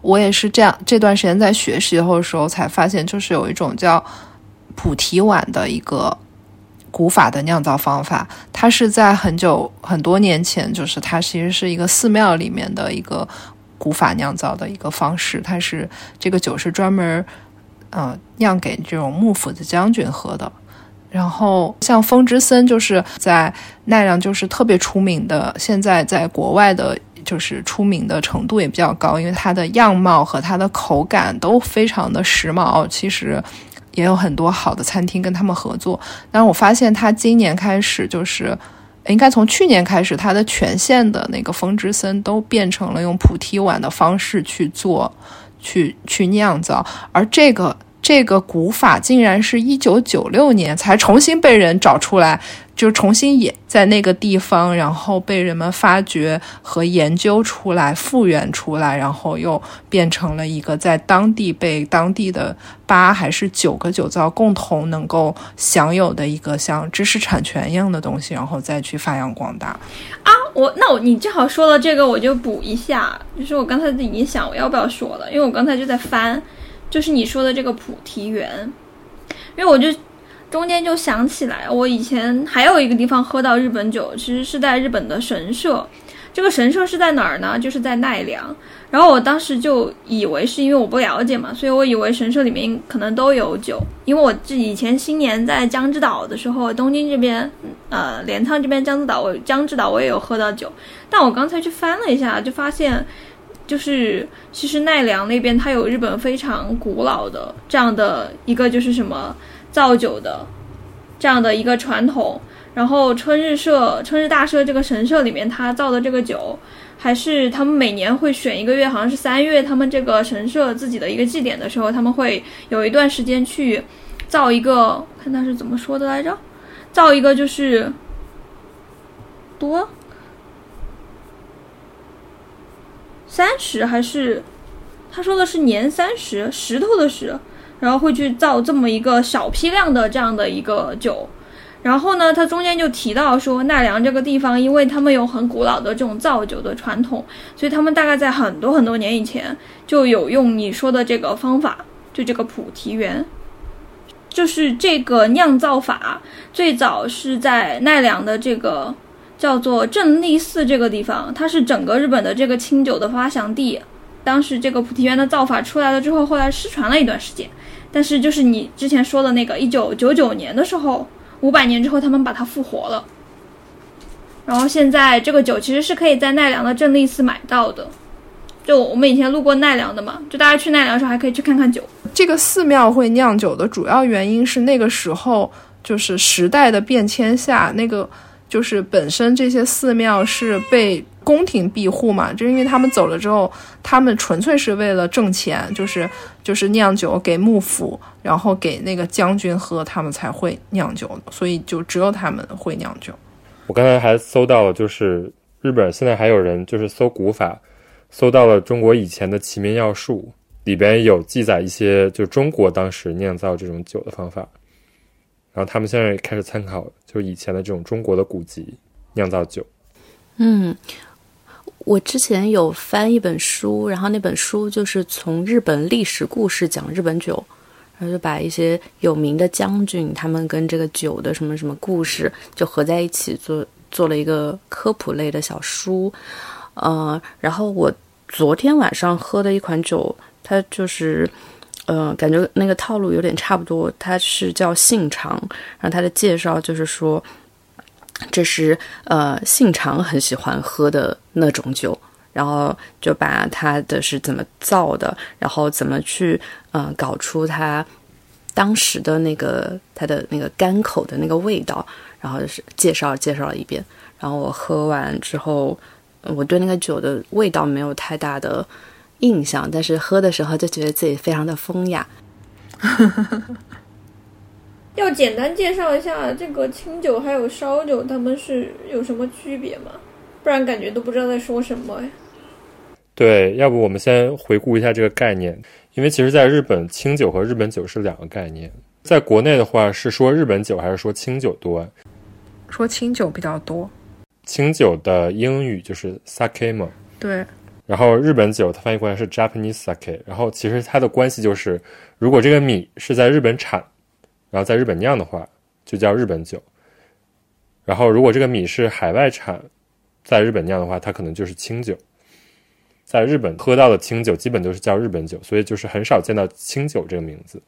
我也是这段时间在学习的时候才发现，就是有一种叫菩提碗的一个古法的酿造方法，它是在很多年前，就是它其实是一个寺庙里面的一个古法酿造的一个方式，它是这个酒是专门酿给这种幕府的将军喝的。然后像风之森就是在奈良就是特别出名的，现在在国外的就是出名的程度也比较高，因为它的样貌和它的口感都非常的时髦，其实也有很多好的餐厅跟他们合作。但是我发现它今年开始就是应该从去年开始，它的全线的那个风之森都变成了用菩提碗的方式去做去酿造，而这个古法竟然是1996年才重新被人找出来，就重新也在那个地方，然后被人们发掘和研究出来，复原出来，然后又变成了一个在当地被当地的8还是9个酒造共同能够享有的一个像知识产权一样的东西，然后再去发扬光大
啊。你正好说了这个，我就补一下，就是我刚才已经想我要不要说了，因为我刚才就在翻就是你说的这个菩提园，因为我就中间就想起来，我以前还有一个地方喝到日本酒，其实是在日本的神社。这个神社是在哪儿呢？就是在奈良。然后我当时就以为是因为我不了解嘛，所以我以为神社里面可能都有酒。因为我以前新年在江之岛的时候，东京这边镰仓这边江之岛我也有喝到酒，但我刚才去翻了一下，就发现就是其实奈良那边它有日本非常古老的这样的一个就是什么造酒的这样的一个传统，然后春日大社这个神社里面它造的这个酒，还是他们每年会选一个月，好像是3月，他们这个神社自己的一个祭典的时候，他们会有一段时间去造一个，看他是怎么说的来着，造一个就是多30还是他说的是年30，石头的石，然后会去造这么一个小批量的这样的一个酒。然后呢，他中间就提到说奈良这个地方，因为他们有很古老的这种造酒的传统，所以他们大概在很多很多年以前就有用你说的这个方法，就这个菩提园。就是这个酿造法最早是在奈良的这个叫做正立寺这个地方，它是整个日本的这个清酒的发祥地。当时这个菩提园的造法出来了之后，后来失传了一段时间，但是就是你之前说的那个1999年的时候，500年之后他们把它复活了，然后现在这个酒其实是可以在奈良的正立寺买到的，就我们以前路过奈良的嘛，就大家去奈良的时候还可以去看看酒。
这个寺庙会酿酒的主要原因是那个时候就是时代的变迁下，那个就是本身这些寺庙是被宫廷庇护嘛，就因为他们走了之后，他们纯粹是为了挣钱，就是酿酒给幕府，然后给那个将军喝，他们才会酿酒，所以就只有他们会酿酒。
我刚才还搜到了，就是日本现在还有人就是搜古法，搜到了中国以前的齐民要术，里边有记载一些就中国当时酿造这种酒的方法，然后他们现在开始参考就是以前的这种中国的古籍酿造酒。
我之前有翻一本书，然后那本书就是从日本历史故事讲日本酒，然后就把一些有名的将军他们跟这个酒的什么什么故事就合在一起做了一个科普类的小书。然后我昨天晚上喝的一款酒，它就是感觉那个套路有点差不多，它是叫信长，然后它的介绍就是说这是信长很喜欢喝的那种酒，然后就把它的是怎么造的，然后怎么去搞出它当时的那个它的那个甘口的那个味道，然后就是介绍了一遍。然后我喝完之后，我对那个酒的味道没有太大的印象，但是喝的时候就觉得自己非常的风雅。
要简单介绍一下这个清酒还有烧酒它们是有什么区别吗？不然感觉都不知道在说什么。
对，要不我们先回顾一下这个概念，因为其实在日本清酒和日本酒是2个概念。在国内的话是说日本酒还是说清酒多？说
清酒比较多。
清酒的英语就是 sake 嘛。
对。
然后日本酒它翻译过来是 Japanese sake， 然后其实它的关系就是如果这个米是在日本产然后在日本酿的话就叫日本酒，然后如果这个米是海外产在日本酿的话它可能就是清酒。在日本喝到的清酒基本都是叫日本酒，所以就是很少见到清酒这个名字。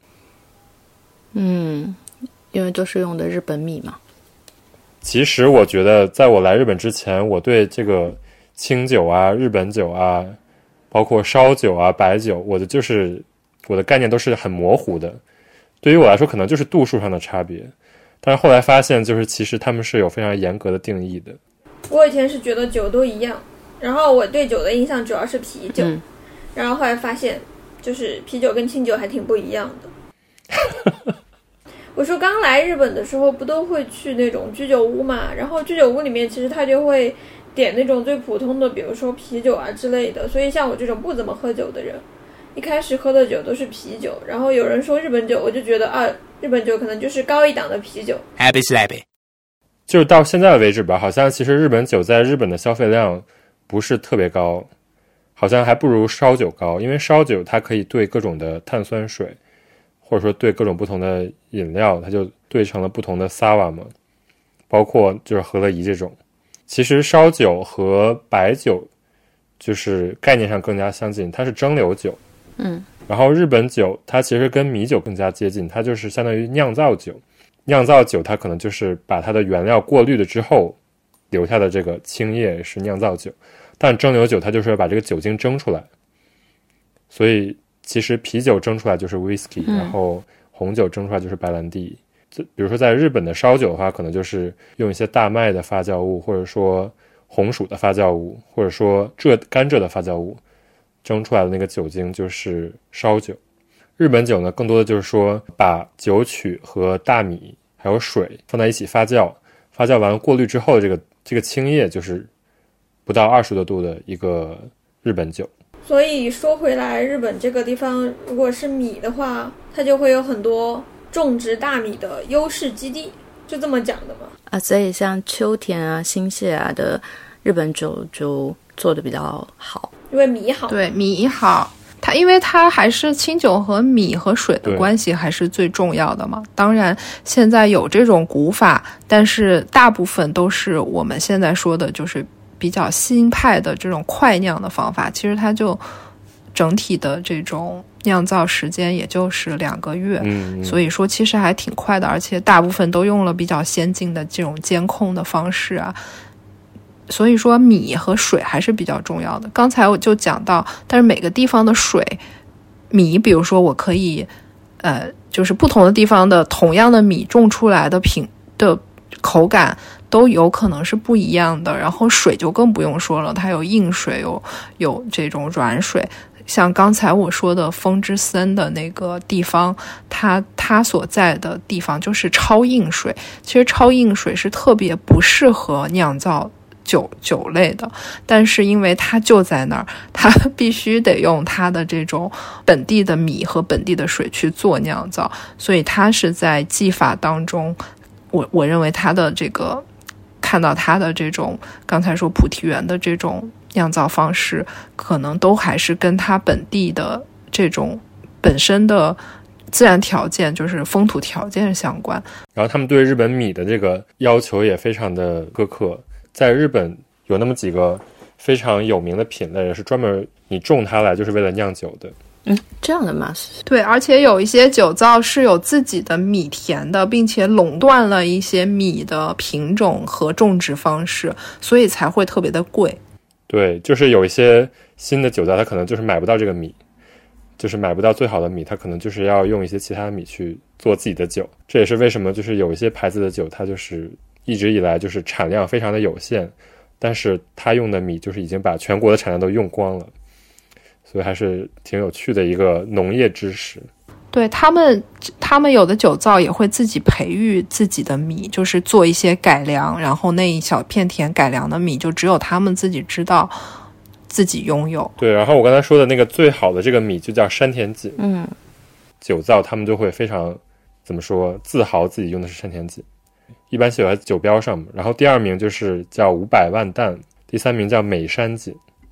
因为都是用的日本米嘛。
其实我觉得在我来日本之前，我对这个清酒啊、日本酒啊，包括烧酒啊、白酒，我的概念都是很模糊的。对于我来说可能就是度数上的差别，但是后来发现就是其实他们是有非常严格的定义的。
我以前是觉得酒都一样，然后我对酒的印象主要是啤酒，然后后来发现就是啤酒跟清酒还挺不一样的。我说刚来日本的时候不都会去那种居酒屋嘛，然后居酒屋里面其实他就会点那种最普通的比如说啤酒啊之类的，所以像我这种不怎么喝酒的人一开始喝的酒都是啤酒，然后有人说日本酒我就觉得日本酒可能就是高一档的啤酒。
就是到现在为止吧，好像其实日本酒在日本的消费量不是特别高，好像还不如烧酒高，因为烧酒它可以兑各种的碳酸水，或者说兑各种不同的饮料，它就兑成了不同的sawa嘛，包括就是和乐怡这种。其实烧酒和白酒就是概念上更加相近，它是蒸馏酒。然后日本酒它其实跟米酒更加接近，它就是相当于酿造酒。酿造酒它可能就是把它的原料过滤了之后留下的这个清液是酿造酒，但蒸馏酒它就是把这个酒精蒸出来，所以其实啤酒蒸出来就是 whisky，然后红酒蒸出来就是白兰地。比如说在日本的烧酒的话，可能就是用一些大麦的发酵物，或者说红薯的发酵物，或者说甘蔗的发酵物，蒸出来的那个酒精就是烧酒。日本酒呢，更多的就是说把酒曲和大米还有水放在一起发酵，发酵完过滤之后的这个清液就是不到20多度的一个日本酒。
所以说回来，日本这个地方如果是米的话，它就会有很多种植大米的优势基地，就这么讲的嘛。
所以像秋田啊、新泻啊的日本酒就做的比较好，
因为米好。
对，米好。因为它还是清酒和米和水的关系还是最重要的嘛。当然现在有这种古法，但是大部分都是我们现在说的就是比较新派的这种快酿的方法，其实它就整体的这种酿造时间也就是2个月，所以说其实还挺快的，而且大部分都用了比较先进的这种监控的方式啊。所以说米和水还是比较重要的。刚才我就讲到，但是每个地方的水米，比如说我可以就是不同的地方的同样的米种出来的口感都有可能是不一样的，然后水就更不用说了，它有硬水有这种软水。像刚才我说的风之森的那个地方，它所在的地方就是超硬水，其实超硬水是特别不适合酿造酒类的，但是因为它就在那儿，它必须得用它的这种本地的米和本地的水去做酿造，所以它是在技法当中，我认为它的这个看到它的这种刚才说菩提园的这种酿造方式，可能都还是跟它本地的这种本身的自然条件，就是风土条件相关。
然后他们对日本米的这个要求也非常的苛刻，在日本有那么几个非常有名的品类是专门你种它来就是为了酿酒的。
这样的吗？
对，而且有一些酒造是有自己的米田的，并且垄断了一些米的品种和种植方式，所以才会特别的贵。
对，就是有一些新的酒造它可能就是买不到这个米，就是买不到最好的米，它可能就是要用一些其他的米去做自己的酒。这也是为什么就是有一些牌子的酒它就是一直以来就是产量非常的有限，但是它用的米就是已经把全国的产量都用光了，所以还是挺有趣的一个农业知识。
对，他们有的酒造也会自己培育自己的米，就是做一些改良，然后那一小片田改良的米就只有他们自己知道自己拥有。
对，然后我刚才说的那个最好的这个米就叫山田锦，酒造他们就会非常怎么说自豪自己用的是山田锦，一般写在酒标上嘛。然后第2名就是叫500万担，第3名叫美山锦。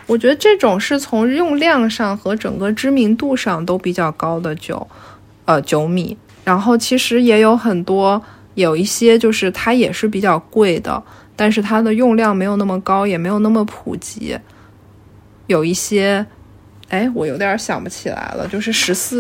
我觉得这种是从用量上和整个知名度上都比较高的酒米。然后其实也有很多，有一些就是它也是比较贵的，但是它的用量没有那么高，也没有那么普及。有一些我有点想不起来了，就是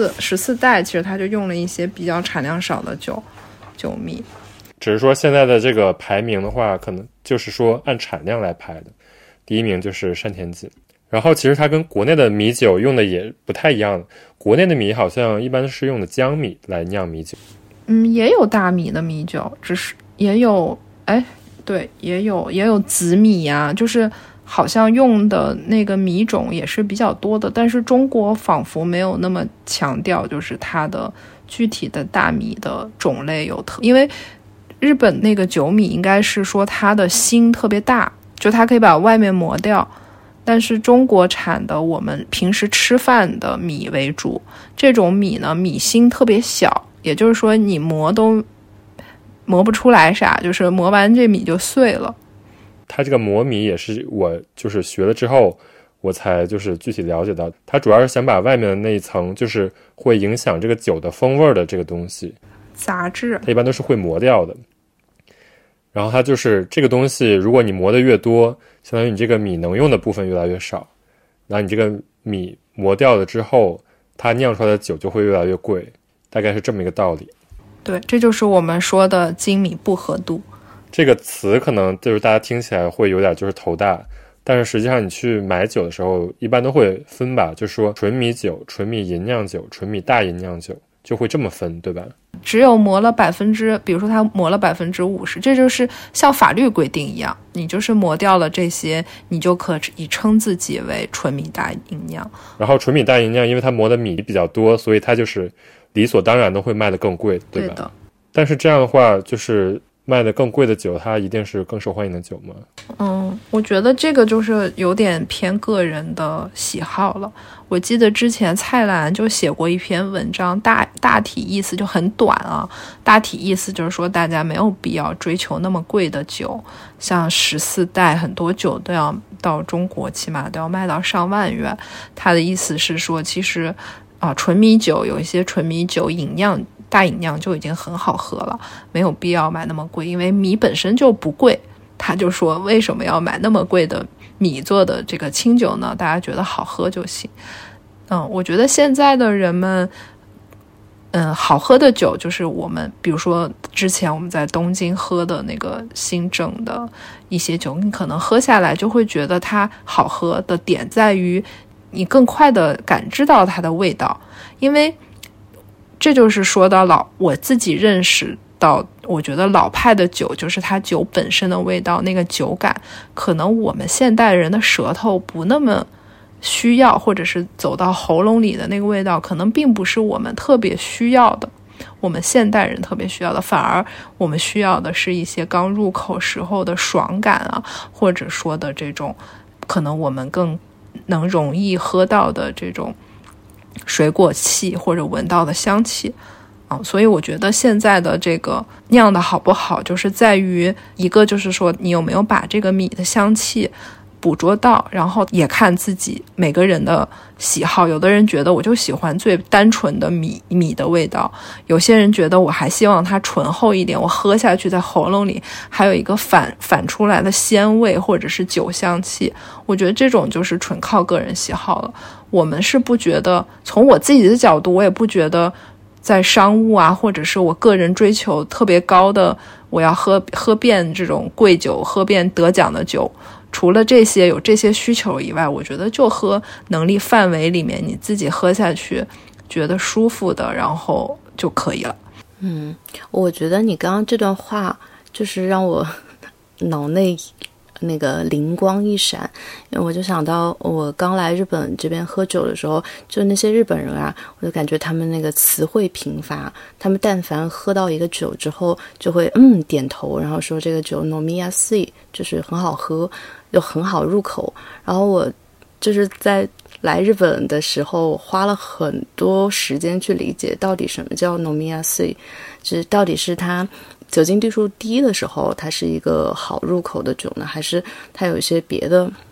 14代其实它就用了一些比较产量少的酒米。
只是说现在的这个排名的话，可能就是说按产量来排的，第一名就是山田锦。然后其实它跟国内的米酒用的也不太一样，国内的米好像一般是用的江米来酿米酒。
也有大米的米酒，只是也有对，也有紫米呀，就是好像用的那个米种也是比较多的，但是中国仿佛没有那么强调就是它的具体的大米的种类有因为日本那个酒米应该是说它的芯特别大，就它可以把外面磨掉，但是中国产的我们平时吃饭的米为主，这种米呢米芯特别小，也就是说你磨都磨不出来啥，就是磨完这米就碎了。
它这个磨米也是我就是学了之后我才就是具体了解到，它主要是想把外面的那一层就是会影响这个酒的风味的这个东西
杂质，
它一般都是会磨掉的。然后它就是这个东西，如果你磨的越多，相当于你这个米能用的部分越来越少，然后你这个米磨掉了之后，它酿出来的酒就会越来越贵，大概是这么一个道理。
对，这就是我们说的精米不合度。
这个词可能就是大家听起来会有点就是头大，但是实际上你去买酒的时候一般都会分吧，就是说纯米酒、纯米吟酿酒、纯米大吟酿酒，就会这么分，对吧？
只有磨了比如说它磨了50%，这就是像法律规定一样，你就是磨掉了这些，你就可以称自己为纯米大吟酿。然
后纯米大吟酿因为它磨的米比较多，所以它就是理所当然的会卖得更贵，对吧？
对的。
但是这样的话就是卖的更贵的酒，它一定是更受欢迎的酒吗？
我觉得这个就是有点偏个人的喜好了。我记得之前蔡澜就写过一篇文章，大体意思就很短啊，大体意思就是说大家没有必要追求那么贵的酒，像14代很多酒都要到中国起码都要卖到上万元。他的意思是说其实纯米酒有一些纯米酒大吟酿就已经很好喝了，没有必要买那么贵，因为米本身就不贵。他就说为什么要买那么贵的米做的这个清酒呢？大家觉得好喝就行。我觉得现在的人们好喝的酒就是我们比如说之前我们在东京喝的那个新整的一些酒，你可能喝下来就会觉得它好喝的点在于你更快的感知到它的味道，因为这就是说到我自己认识到，我觉得老派的酒就是它酒本身的味道，那个酒感可能我们现代人的舌头不那么需要，或者是走到喉咙里的那个味道可能并不是我们特别需要的，我们现代人特别需要的，反而我们需要的是一些刚入口时候的爽感啊，或者说的这种可能我们更能容易喝到的这种水果气或者闻到的香气所以我觉得现在的这个酿的好不好就是在于一个就是说你有没有把这个米的香气捕捉到，然后也看自己每个人的喜好，有的人觉得我就喜欢最单纯的米的味道，有些人觉得我还希望它醇厚一点，我喝下去在喉咙里还有一个反出来的鲜味或者是酒香气，我觉得这种就是纯靠个人喜好了。我们是不觉得，从我自己的角度我也不觉得在商务啊或者是我个人追求特别高的我要喝遍这种贵酒，喝遍得奖的酒，除了这些有这些需求以外，我觉得就喝能力范围里面你自己喝下去觉得舒服的然后就可以了。
我觉得你刚刚这段话就是让我脑内那个灵光一闪，因为我就想到我刚来日本这边喝酒的时候，就那些日本人啊，我就感觉他们那个词汇贫乏，他们但凡喝到一个酒之后就会点头，然后说这个酒 nomiyasui 就是很好喝，就很好入口。然后我就是在来日本的时候花了很多时间去理解到底什么叫 nomiyasui， 就是到底是它酒精度数低的时候它是一个好入口的酒呢，还是它有一些别的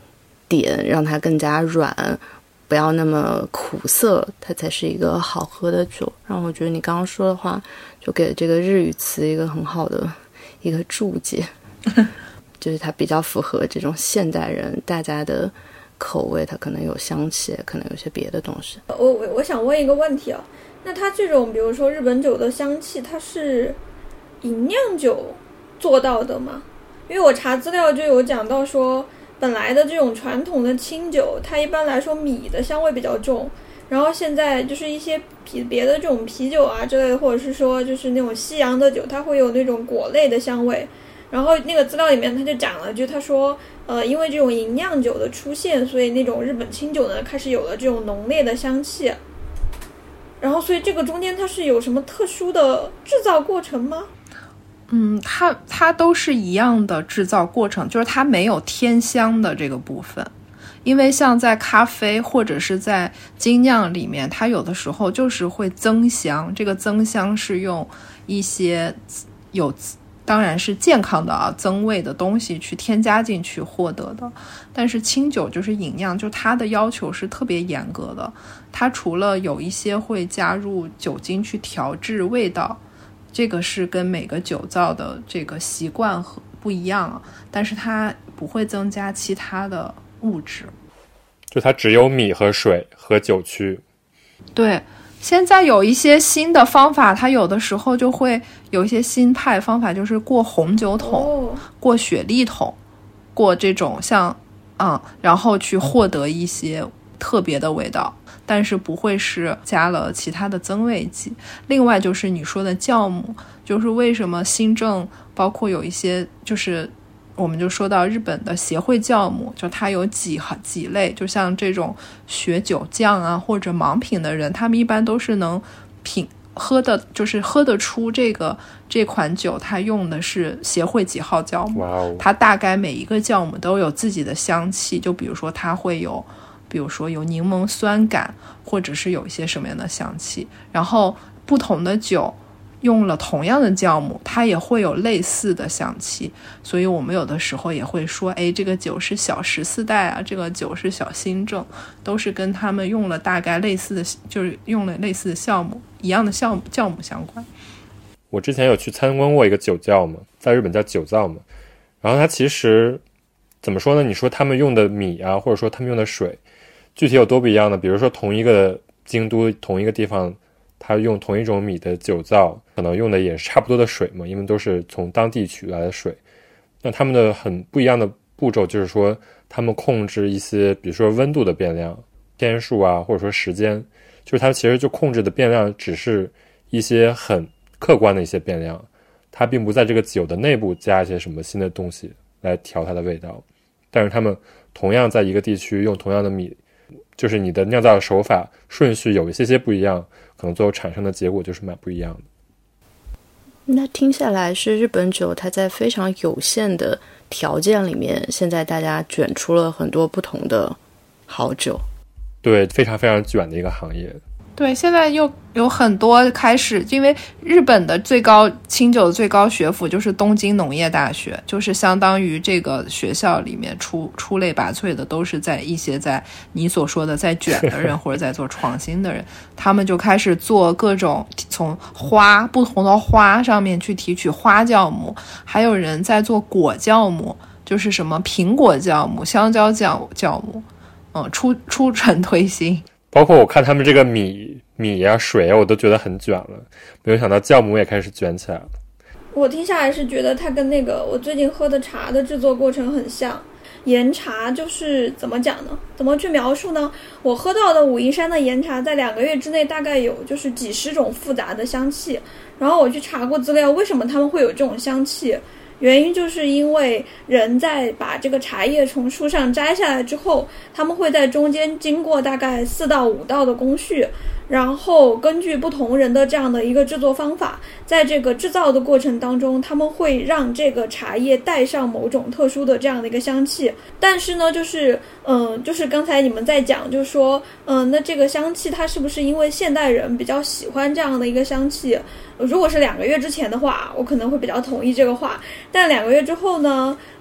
点，让它更加软，不要那么苦涩，它才是一个好喝的酒。然后我觉得你刚刚说的话就给这个日语词一个很好的一个注解就是它比较符合这种现代人大家的口味，它可能有香气，可能有些别的东西。
我想问一个问题啊，那它这种比如说日本酒的香气，它是吟酿酒做到的吗？因为我查资料就有讲到说，本来的这种传统的清酒，它一般来说米的香味比较重，然后现在就是一些别的这种啤酒啊之类的，或者是说就是那种西洋的酒，它会有那种果类的香味。然后那个资料里面他就讲了，就他说因为这种吟酿酒的出现，所以那种日本清酒呢开始有了这种浓烈的香气。然后所以这个中间它是有什么特殊的制造过程吗？
它都是一样的制造过程，就是它没有添香的这个部分。因为像在咖啡或者是在精酿里面，它有的时候就是会增香，这个增香是用一些当然是健康的增味的东西去添加进去获得的。但是清酒就是吟酿，就它的要求是特别严格的，它除了有一些会加入酒精去调制味道，这个是跟每个酒造的这个习惯不一样，但是它不会增加其他的物质，
就它只有米和水和酒曲。
对，现在有一些新的方法，它有的时候就会有一些新派方法，就是过红酒桶、过雪莉桶、过这种然后去获得一些特别的味道，但是不会是加了其他的增味剂。另外就是你说的酵母，就是为什么新政包括有一些就是我们就说到日本的协会酵母，就它有几类，就像这种学酒匠啊或者盲品的人，他们一般都是能喝得出这款酒它用的是协会几号酵母。它大概每一个酵母都有自己的香气，就比如说它会有比如说有柠檬酸感，或者是有一些什么样的香气，然后不同的酒用了同样的酵母，它也会有类似的香气。所以我们有的时候也会说，这个酒是小14代啊，这个酒是小新政，都是跟他们用了大概类似的，就是用了类似的酵母一样的酵母相关。
我之前有去参观过一个酒窖嘛，在日本叫酒造嘛，然后它其实怎么说呢，你说他们用的米啊，或者说他们用的水具体有多不一样呢？比如说同一个京都同一个地方，他用同一种米的酒造，可能用的也是差不多的水嘛，因为都是从当地取来的水。那他们的很不一样的步骤就是说，他们控制一些比如说温度的变量、天数啊，或者说时间，就是它其实就控制的变量只是一些很客观的一些变量，它并不在这个酒的内部加一些什么新的东西来调它的味道。但是他们同样在一个地区用同样的米，就是你的酿造的手法顺序有一些不一样，可能最后产生的结果就是蛮不一样的。
那听下来是日本酒它在非常有限的条件里面，现在大家卷出了很多不同的好酒。
对，非常非常卷的一个行业。
对，现在又有很多开始，因为日本的清酒的最高学府就是东京农业大学，就是相当于这个学校里面出类拔萃的都是在一些在你所说的在卷的人或者在做创新的人，他们就开始做各种从不同的花上面去提取花酵母，还有人在做果酵母，就是什么苹果酵母、香蕉酵母，出尘推新。
包括我看他们这个米啊水啊，我都觉得很卷了，没有想到酵母也开始卷起来了。
我听下来是觉得它跟那个我最近喝的茶的制作过程很像。岩茶就是怎么讲呢？怎么去描述呢？我喝到的武夷山的岩茶在2个月之内大概有就是几十种复杂的香气，然后我去查过资料，为什么他们会有这种香气？原因就是因为人在把这个茶叶从树上摘下来之后，他们会在中间经过大概4到5道的工序，然后根据不同人的这样的一个制作方法，在这个制造的过程当中，他们会让这个茶叶带上某种特殊的这样的一个香气。但是呢，就是刚才你们在讲，就是说那这个香气它是不是因为现代人比较喜欢这样的一个香气？如果是2个月之前的话，我可能会比较同意这个话，但2个月之后呢，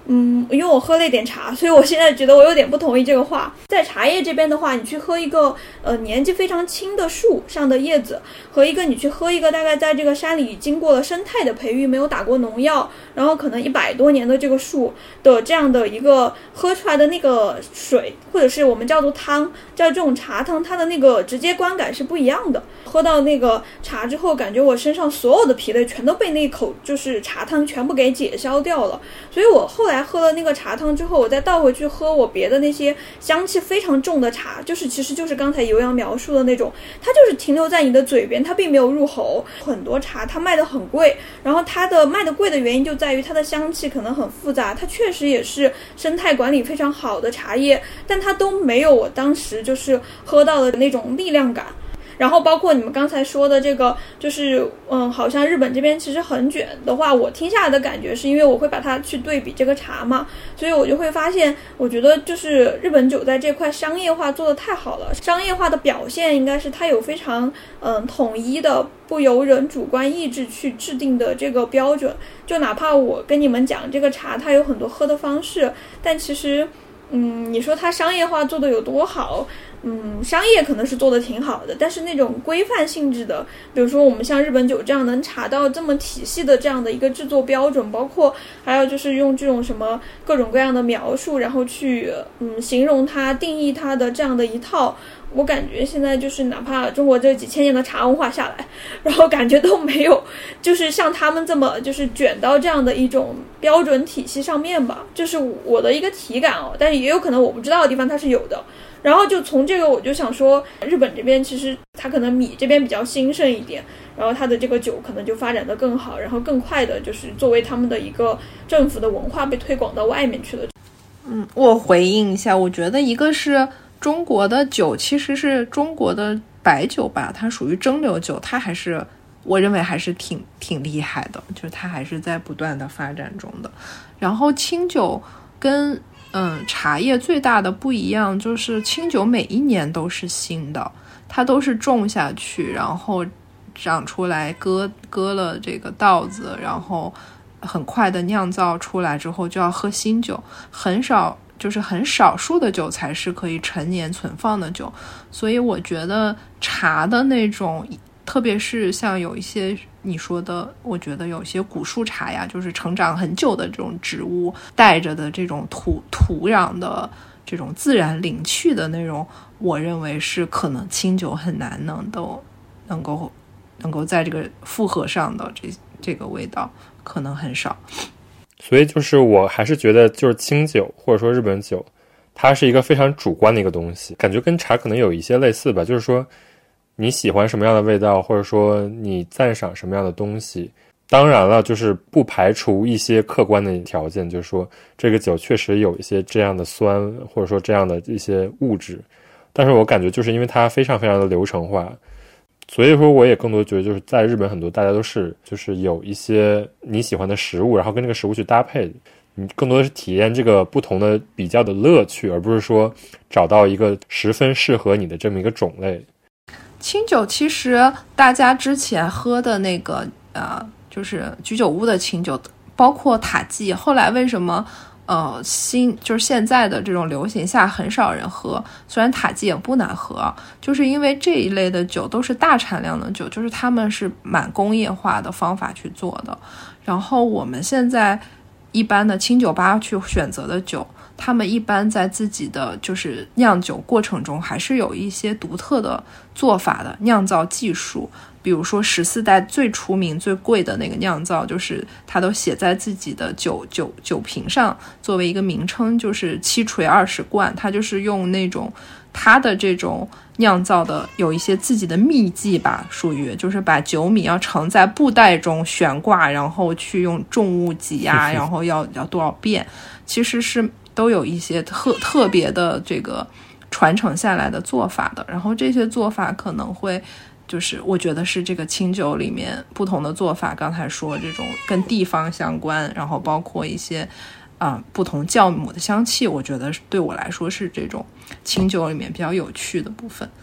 因为我喝了一点茶，所以我现在觉得我有点不同意这个话。在茶叶这边的话，你去喝一个年纪非常轻的树上的叶子，和一个你去喝一个大概在这个山里经过了生态的培育，没有打过农药，然后可能100多年的这个树的这样的一个喝出来的那个水，或者是我们叫做汤，叫这种茶汤，它的那个直接观感是不一样的。喝到那个茶之后，感觉我身上所有的疲累全都被那一口就是茶汤全部给解消掉了。所以我后来喝了那个茶汤之后，我再倒回去喝我别的那些香气非常重的茶，其实就是刚才尤洋描述的那种，它就是停留在你的嘴边，它并没有入喉。很多茶它卖的很贵，然后它的卖的贵的原因就在于它的香气可能很复杂，它确实也是生态管理非常好的茶叶，但它都没有我当时就是喝到的那种力量感。然后包括你们刚才说的这个，就是好像日本这边其实很卷的话，我听下来的感觉是因为我会把它去对比这个茶嘛，所以我就会发现，我觉得就是日本酒在这块商业化做得太好了。商业化的表现应该是它有非常统一的不由人主观意志去制定的这个标准。就哪怕我跟你们讲这个茶它有很多喝的方式，但其实你说它商业化做得有多好，商业可能是做得挺好的，但是那种规范性质的，比如说我们像日本酒这样能查到这么体系的这样的一个制作标准，包括还有就是用这种什么各种各样的描述，然后去形容它、定义它的这样的一套，我感觉现在就是哪怕中国这几千年的茶文化下来，然后感觉都没有就是像他们这么就是卷到这样的一种标准体系上面吧，就是我的一个体感但是也有可能我不知道的地方它是有的。然后就从这个我就想说，日本这边其实它可能米这边比较兴盛一点，然后它的这个酒可能就发展得更好，然后更快的就是作为他们的一个政府的文化被推广到外面去了。
我回应一下，我觉得一个是中国的酒其实是中国的白酒吧，它属于蒸馏酒，它还是我认为还是挺厉害的，就是它还是在不断的发展中的。然后清酒跟茶叶最大的不一样就是清酒每一年都是新的，它都是种下去，然后长出来，割了这个稻子，然后很快的酿造出来之后就要喝新酒，很少数的酒才是可以陈年存放的酒。所以我觉得茶的那种，特别是像有一些你说的，我觉得有些古树茶呀，就是成长很久的这种植物带着的这种土壤的这种自然灵气的那种，我认为是可能清酒很难能够在这个复合上的这个味道可能很少。
所以就是我还是觉得就是清酒或者说日本酒，它是一个非常主观的一个东西，感觉跟茶可能有一些类似吧，就是说你喜欢什么样的味道，或者说你赞赏什么样的东西，当然了就是不排除一些客观的条件，就是说这个酒确实有一些这样的酸，或者说这样的一些物质，但是我感觉就是因为它非常非常的流程化，所以说我也更多觉得就是在日本很多大家都是就是有一些你喜欢的食物，然后跟这个食物去搭配，你更多的是体验这个不同的比较的乐趣，而不是说找到一个十分适合你的这么一个种类。
清酒其实大家之前喝的那个就是居酒屋的清酒，包括塔季，后来为什么就是现在的这种流行下很少人喝，虽然塔季也不难喝，就是因为这一类的酒都是大产量的酒，就是他们是蛮工业化的方法去做的。然后我们现在一般的清酒吧去选择的酒，他们一般在自己的就是酿酒过程中还是有一些独特的做法的酿造技术。比如说14代最出名最贵的那个酿造，就是它都写在自己的酒瓶上作为一个名称，就是7锤20贯，它就是用那种它的这种酿造的有一些自己的秘技吧，属于就是把酒米要盛在布袋中悬挂，然后去用重物挤压，然后要多少遍，其实是都有一些特别的这个传承下来的做法的。然后这些做法可能会就是我觉得是这个清酒里面不同的做法，刚才说这种跟地方相关，然后包括一些不同酵母的香气，我觉得对我来说是这种清酒里面比较有趣的部分。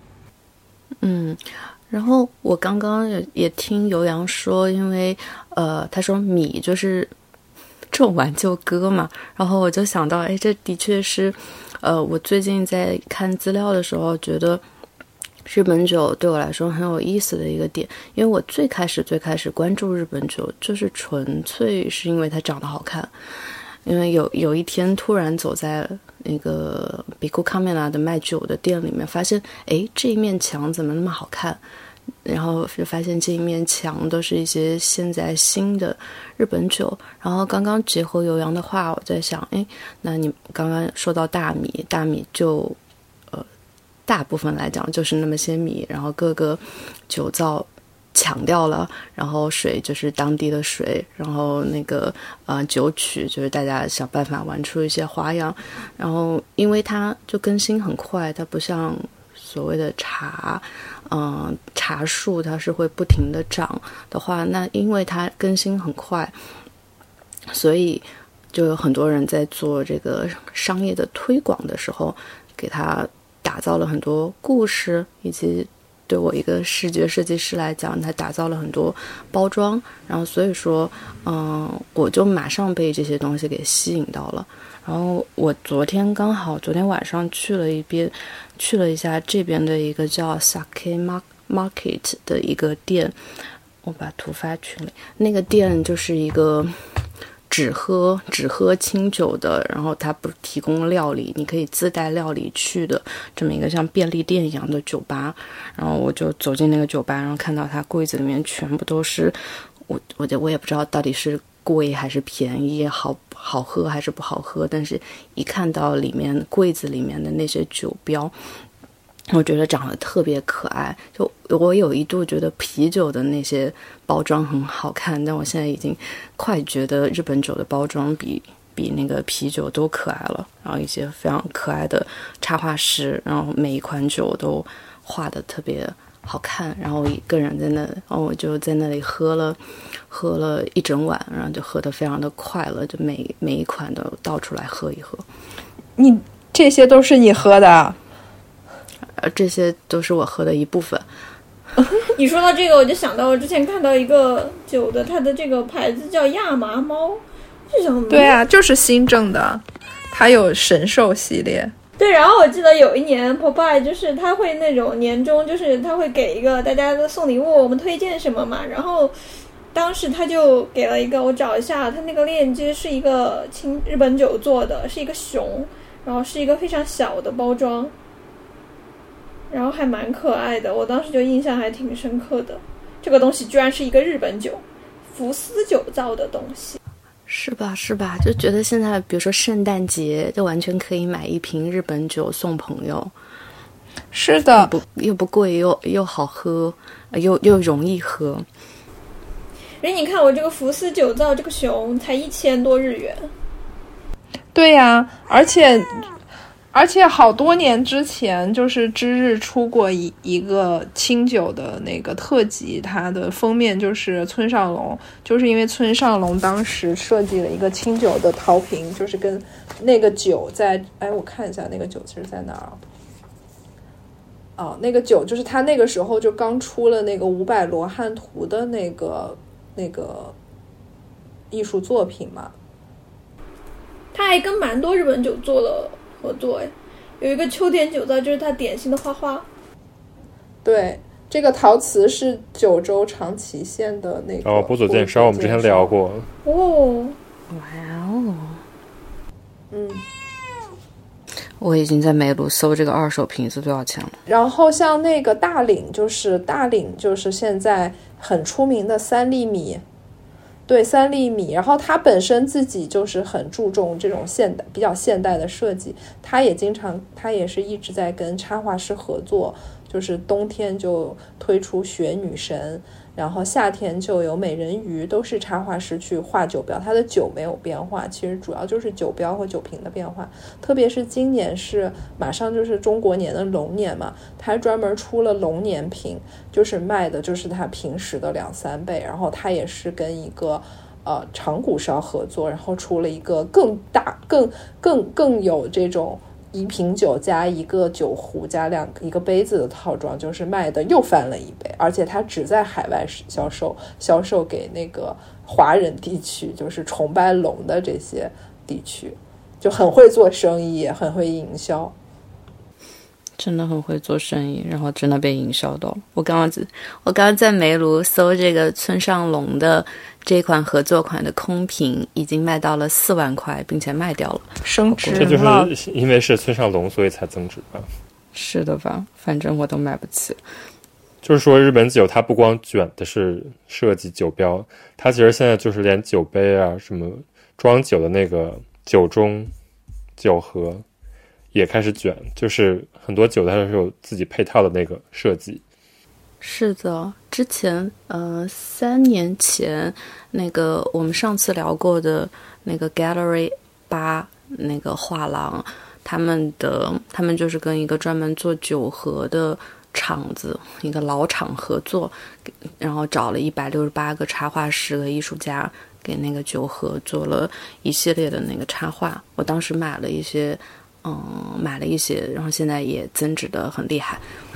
然后我刚刚也听尤洋说，因为他说米就是种完就割嘛。然后我就想到，哎，这的确是，我最近在看资料的时候觉得日本酒对我来说很有意思的一个点，因为我最开始关注日本酒，就是纯粹是因为它长得好看。因为有一天突然走在那个比库康面拉的卖酒的店里面，发现诶这一面墙怎么那么好看，然后就发现这一面墙都是一些现在新的日本酒。然后刚刚结合有阳的话，我在想，诶那你刚刚说到大米就大部分来讲就是那么些米，然后各个酒造强调了，然后水就是当地的水，然后那个酒曲就是大家想办法玩出一些花样。然后因为它就更新很快，它不像所谓的茶树它是会不停的长的话，那因为它更新很快，所以就有很多人在做这个商业的推广的时候给它打造了很多故事，以及对我一个视觉设计师来讲，他打造了很多包装，然后所以说我就马上被这些东西给吸引到了。然后我昨天晚上去了一下这边的一个叫 Sake Market 的一个店，我把图发群里。那个店就是一个只喝清酒的，然后它不提供料理，你可以自带料理去的这么一个像便利店一样的酒吧。然后我就走进那个酒吧，然后看到它柜子里面全部都是我也不知道到底是贵还是便宜，好喝还是不好喝，但是一看到里面柜子里面的那些酒标，我觉得长得特别可爱。就我有一度觉得啤酒的那些包装很好看，但我现在已经快觉得日本酒的包装比那个啤酒都可爱了。然后一些非常可爱的插画师，然后每一款酒都画得特别好看。然后我一个人在那，然后我就在那里喝了一整晚，然后就喝得非常的快乐，就每一款都倒出来喝一喝。
你这些都是你喝的？
这些都是我喝的一部分。
你说到这个，我就想到我之前看到一个酒的，它的这个牌子叫亚麻猫，是什么？
对啊，就是新正的，它有神兽系列。
对，然后我记得有一年 Popeye 就是他会那种年终，就是他会给一个大家的送礼物，我们推荐什么嘛，然后当时他就给了一个，我找一下他那个链接，是一个日本酒做的，是一个熊，然后是一个非常小的包装，然后还蛮可爱的，我当时就印象还挺深刻的。这个东西居然是一个日本酒，福斯酒造的东西。
是吧？就觉得现在比如说圣诞节就完全可以买一瓶日本酒送朋友。
是的，
又不贵，又好喝，又容易喝。
人你看我这个福斯酒造这个熊才1000多日元。
对呀，而且好多年之前，就是知日出过一个清酒的那个特辑，它的封面就是村上隆，就是因为村上隆当时设计了一个清酒的陶瓶，就是跟那个酒在，我看一下那个酒其实在哪儿啊？那个酒就是他那个时候就刚出了那个500罗汉图的那个艺术作品嘛。
他还跟蛮多日本酒做了合作，有一个秋田酒造，就是他典型的花花。
对，这个陶瓷是九州长崎县的那个
波佐见烧，我们之前聊过。
哦，哇哦，我已经在梅鲁搜这个二手瓶子多少钱了。
然后像那个大岭就是现在很出名的3粒米。对，3粒米，然后他本身自己就是很注重这种比较现代的设计，他也是一直在跟插画师合作，就是冬天就推出雪女神，然后夏天就有美人鱼，都是插画师去画酒标，他的酒没有变化，其实主要就是酒标和酒瓶的变化。特别是今年是马上就是中国年的龙年嘛，他还专门出了龙年瓶，就是卖的就是他平时的2-3倍，然后他也是跟一个长谷烧合作，然后出了一个更大更有这种一瓶酒加一个酒壶加一个杯子的套装，就是卖的又翻了1倍，而且它只在海外销售给那个华人地区，就是崇拜龙的这些地区，就很会做生意，也很会营销。
真的很会做生意，然后真的被营销到。我刚刚在煤炉搜这个村上隆的这款合作款的空瓶，已经卖到了4万块，并且卖掉了，
升值了。
这就是因为是村上隆，所以才增值吧？
是的吧？反正我都买不起。
就是说，日本酒它不光卷的是设计酒标，它其实现在就是连酒杯啊、什么装酒的那个酒盅、酒盒也开始卷，就是很多酒它是有自己配套的那个设计。
是的，之前3年前那个我们上次聊过的那个 Gallery 8那个画廊，他们就是跟一个专门做酒盒的厂子，一个老厂合作，然后找了168个插画师和艺术家给那个酒盒做了一系列的那个插画。我当时买了一些，然后现在也增值的很厉害。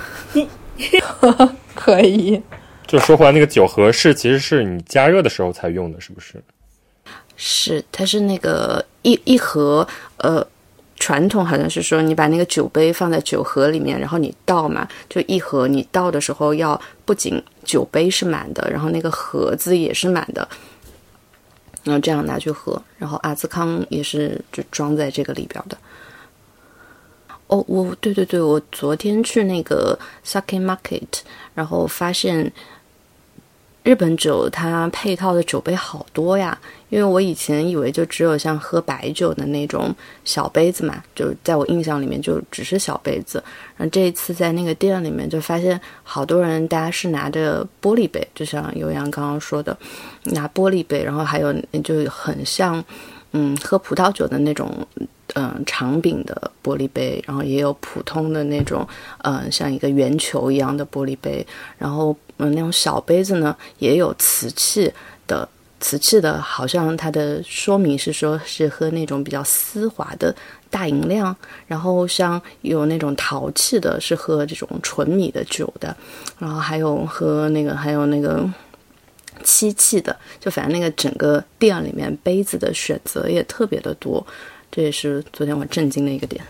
可以。
就说回来，那个酒盒其实是你加热的时候才用的，是不是？
是，它是那个一盒，传统好像是说你把那个酒杯放在酒盒里面，然后你倒嘛，就一盒你倒的时候要不仅酒杯是满的，然后那个盒子也是满的，然后这样拿去喝，然后阿兹康也是就装在这个里边的。哦，对，我昨天去那个 Sake Market， 然后发现日本酒它配套的酒杯好多呀，因为我以前以为就只有像喝白酒的那种小杯子嘛，就在我印象里面就只是小杯子，然后这一次在那个店里面就发现好多人大家是拿着玻璃杯，就像尤洋刚刚说的拿玻璃杯，然后还有就很像喝葡萄酒的那种长柄的玻璃杯，然后也有普通的那种像一个圆球一样的玻璃杯，然后那种小杯子呢也有瓷器的，好像它的说明是说是喝那种比较丝滑的大吟酿，然后像有那种陶器的是喝这种纯米的酒的，然后还有那个漆器的，就反正那个整个店里面杯子的选择也特别的多，这也是昨天我震惊的一个点。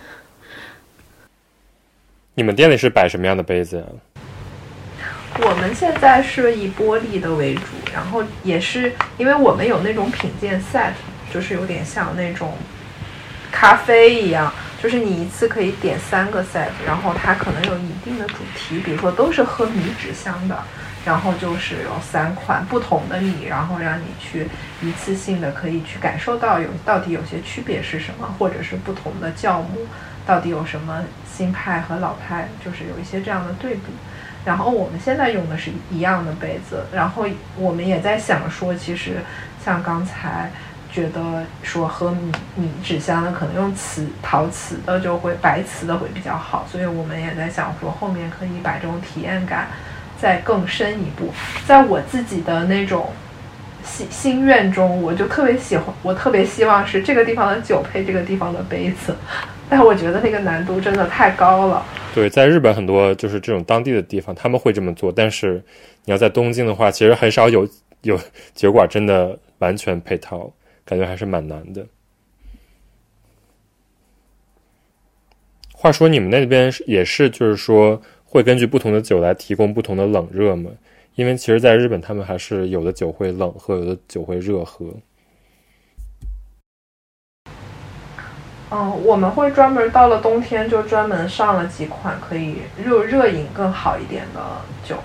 你们店里是摆什么样的杯子呀？
我们现在是以玻璃的为主，然后也是因为我们有那种品鉴 set， 就是有点像那种咖啡一样，就是你一次可以点3个 set， 然后它可能有一定的主题，比如说都是喝米脂香的，然后就是有3款不同的米，然后让你去一次性的可以去感受到到底有些区别是什么，或者是不同的酵母到底有什么新派和老派，就是有一些这样的对比。然后我们现在用的是一样的杯子，然后我们也在想说，其实像刚才觉得说喝米脂香的可能用陶瓷的就会白瓷的会比较好，所以我们也在想说后面可以把这种体验感再更深一步。在我自己的那种心愿中，我就特别希望是这个地方的酒配这个地方的杯子，但我觉得那个难度真的太高了。
对，在日本很多就是这种当地的地方他们会这么做，但是你要在东京的话，其实很少有酒馆真的完全配套，感觉还是蛮难的。话说你们那边也是就是说会根据不同的酒来提供不同的冷热吗？因为其实在日本他们还是有的酒会冷喝，有的酒会热喝。
我们会专门到了冬天就专门上了几款可以热饮更好一点的酒。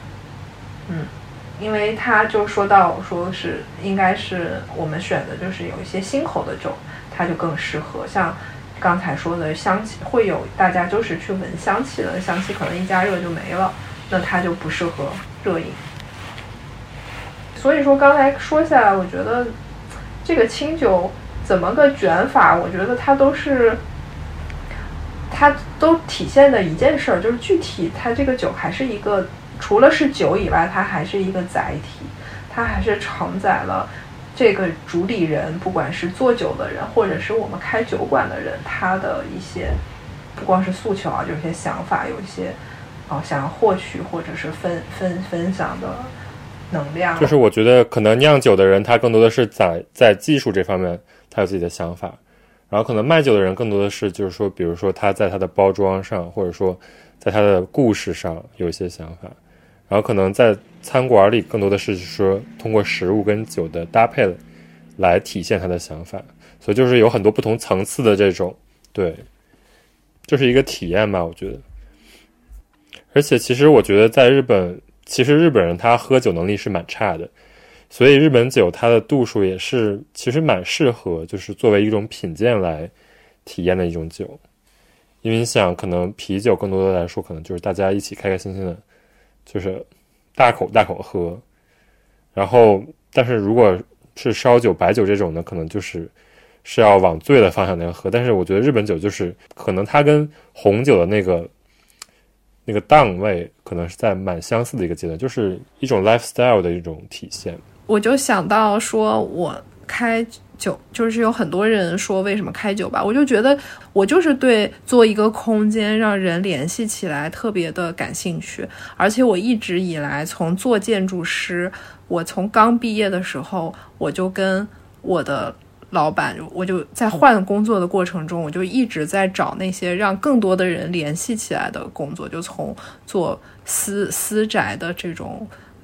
因为他就说是应该是我们选的就是有一些新口的酒，它就更适合，像刚才说的香气会有大家就是去闻香气的，香气可能一加热就没了，那它就不适合热饮。所以说刚才说下来，我觉得这个清酒怎么个卷法，我觉得它都体现的一件事，就是具体它这个酒还是一个除了是酒以外，它还是一个载体，它还是承载了这个主理人，不管是做酒的人或者是我们开酒馆的人，他的一些不光是诉求啊，有一些想法，有一些想要获取或者是分享的能量。
就是我觉得可能酿酒的人他更多的是在技术这方面他有自己的想法，然后可能卖酒的人更多的是就是说比如说他在他的包装上或者说在他的故事上有一些想法，然后可能在餐馆里更多的是说通过食物跟酒的搭配来体现他的想法，所以就是有很多不同层次的这种，对，就是一个体验吧我觉得。而且其实我觉得在日本，其实日本人他喝酒能力是蛮差的，所以日本酒它的度数也是其实蛮适合就是作为一种品鉴来体验的一种酒。因为你想可能啤酒更多的来说可能就是大家一起开开心心的就是大口大口喝，然后但是如果是烧酒白酒这种呢可能是要往醉的方向那个喝，但是我觉得日本酒就是可能它跟红酒的那个档位可能是在蛮相似的一个阶段，就是一种 lifestyle 的一种体现。
我就想到说我开酒，就是有很多人说为什么开酒吧，我就觉得我就是对做一个空间让人联系起来特别的感兴趣，而且我一直以来从做建筑师，我从刚毕业的时候我就跟我的老板，我就在换工作的过程中我就一直在找那些让更多的人联系起来的工作，就从做私宅的这种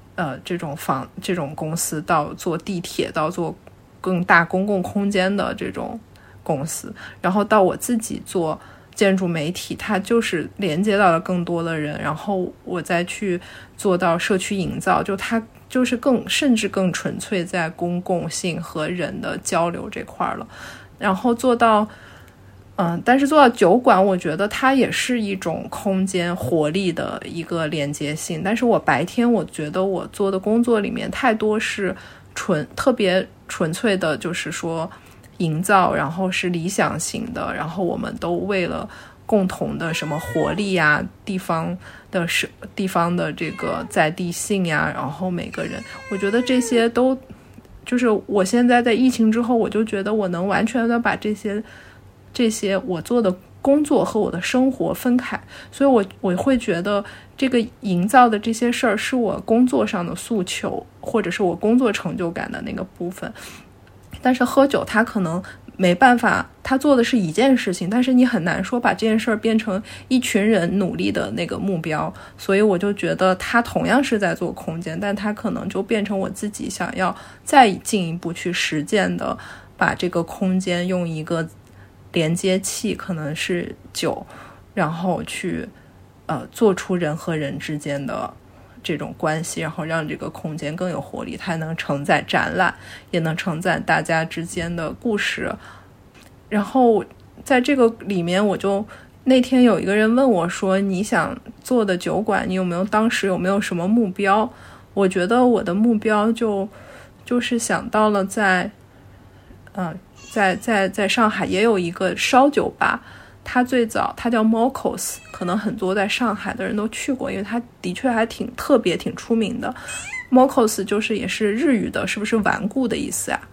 公司到做地铁，到做更大公共空间的这种公司，然后到我自己做建筑媒体，它就是连接到了更多的人，然后我再去做到社区营造，就它就是甚至更纯粹在公共性和人的交流这块了。然后做到但是做到酒馆，我觉得它也是一种空间活力的一个连接性，但是我白天我觉得我做的工作里面太多是特别纯粹的，就是说营造，然后是理想型的，然后我们都为了共同的什么活力啊，地方的这个在地性呀，然后每个人，我觉得这些都就是我现在在疫情之后，我就觉得我能完全的把这些我做的工作和我的生活分开，所以我会觉得这个营造的这些事儿是我工作上的诉求，或者是我工作成就感的那个部分。但是喝酒它可能没办法，他做的是一件事情，但是你很难说把这件事儿变成一群人努力的那个目标，所以我就觉得他同样是在做空间，但他可能就变成我自己想要再进一步去实践的，把这个空间用一个连接器，可能是酒，然后去做出人和人之间的这种关系，然后让这个空间更有活力，它能承载展览，也能承载大家之间的故事。然后在这个里面，我就那天有一个人问我说，你想做的酒馆你当时有没有什么目标？我觉得我的目标就是想到了在上海也有一个烧酒吧，它最早它叫 Mokos， 可能很多在上海的人都去过，因为它的确还挺特别挺出名的。Mokos 就是也是日语的，是不是顽固的意思啊？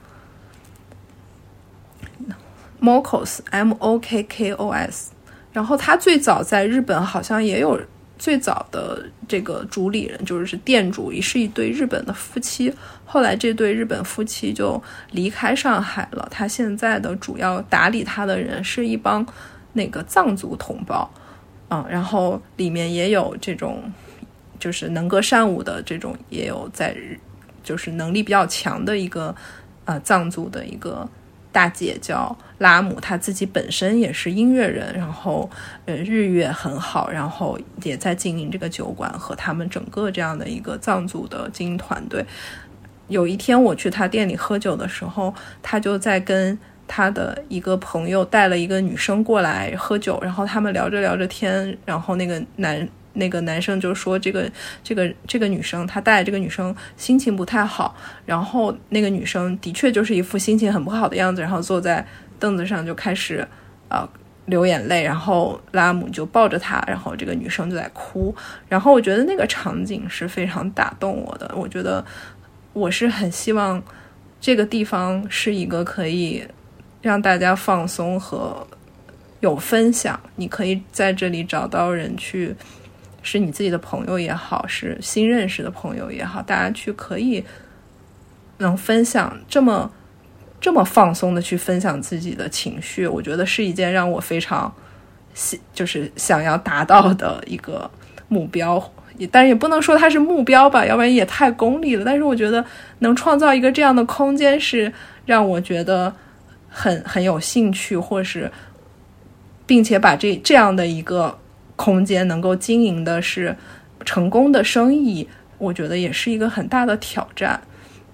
Mokos Mokkos， 然后它最早在日本好像也有最早的这个主理人，就是店主是一对日本的夫妻，后来这对日本夫妻就离开上海了，他现在的主要打理他的人是一帮那个藏族同胞然后里面也有这种就是能歌善舞的这种，也有就是能力比较强的一个藏族的一个大姐叫拉姆，她自己本身也是音乐人，然后日乐很好，然后也在经营这个酒馆和他们整个这样的一个藏族的经营团队。有一天我去他店里喝酒的时候，他就在跟他的一个朋友带了一个女生过来喝酒，然后他们聊着天，然后那个男生就说这个女生，他带这个女生心情不太好，然后那个女生的确就是一副心情很不好的样子，然后坐在凳子上就开始流眼泪，然后拉姆就抱着她，然后这个女生就在哭，然后我觉得那个场景是非常打动我的，我觉得我是很希望这个地方是一个可以让大家放松和有分享，你可以在这里找到人去，是你自己的朋友也好，是新认识的朋友也好，大家去可以能分享这么放松的去分享自己的情绪，我觉得是一件让我非常就是想要达到的一个目标，但是也不能说它是目标吧，要不然也太功利了。但是我觉得能创造一个这样的空间是让我觉得很有兴趣，或是并且把这样的一个空间能够经营的是成功的生意，我觉得也是一个很大的挑战。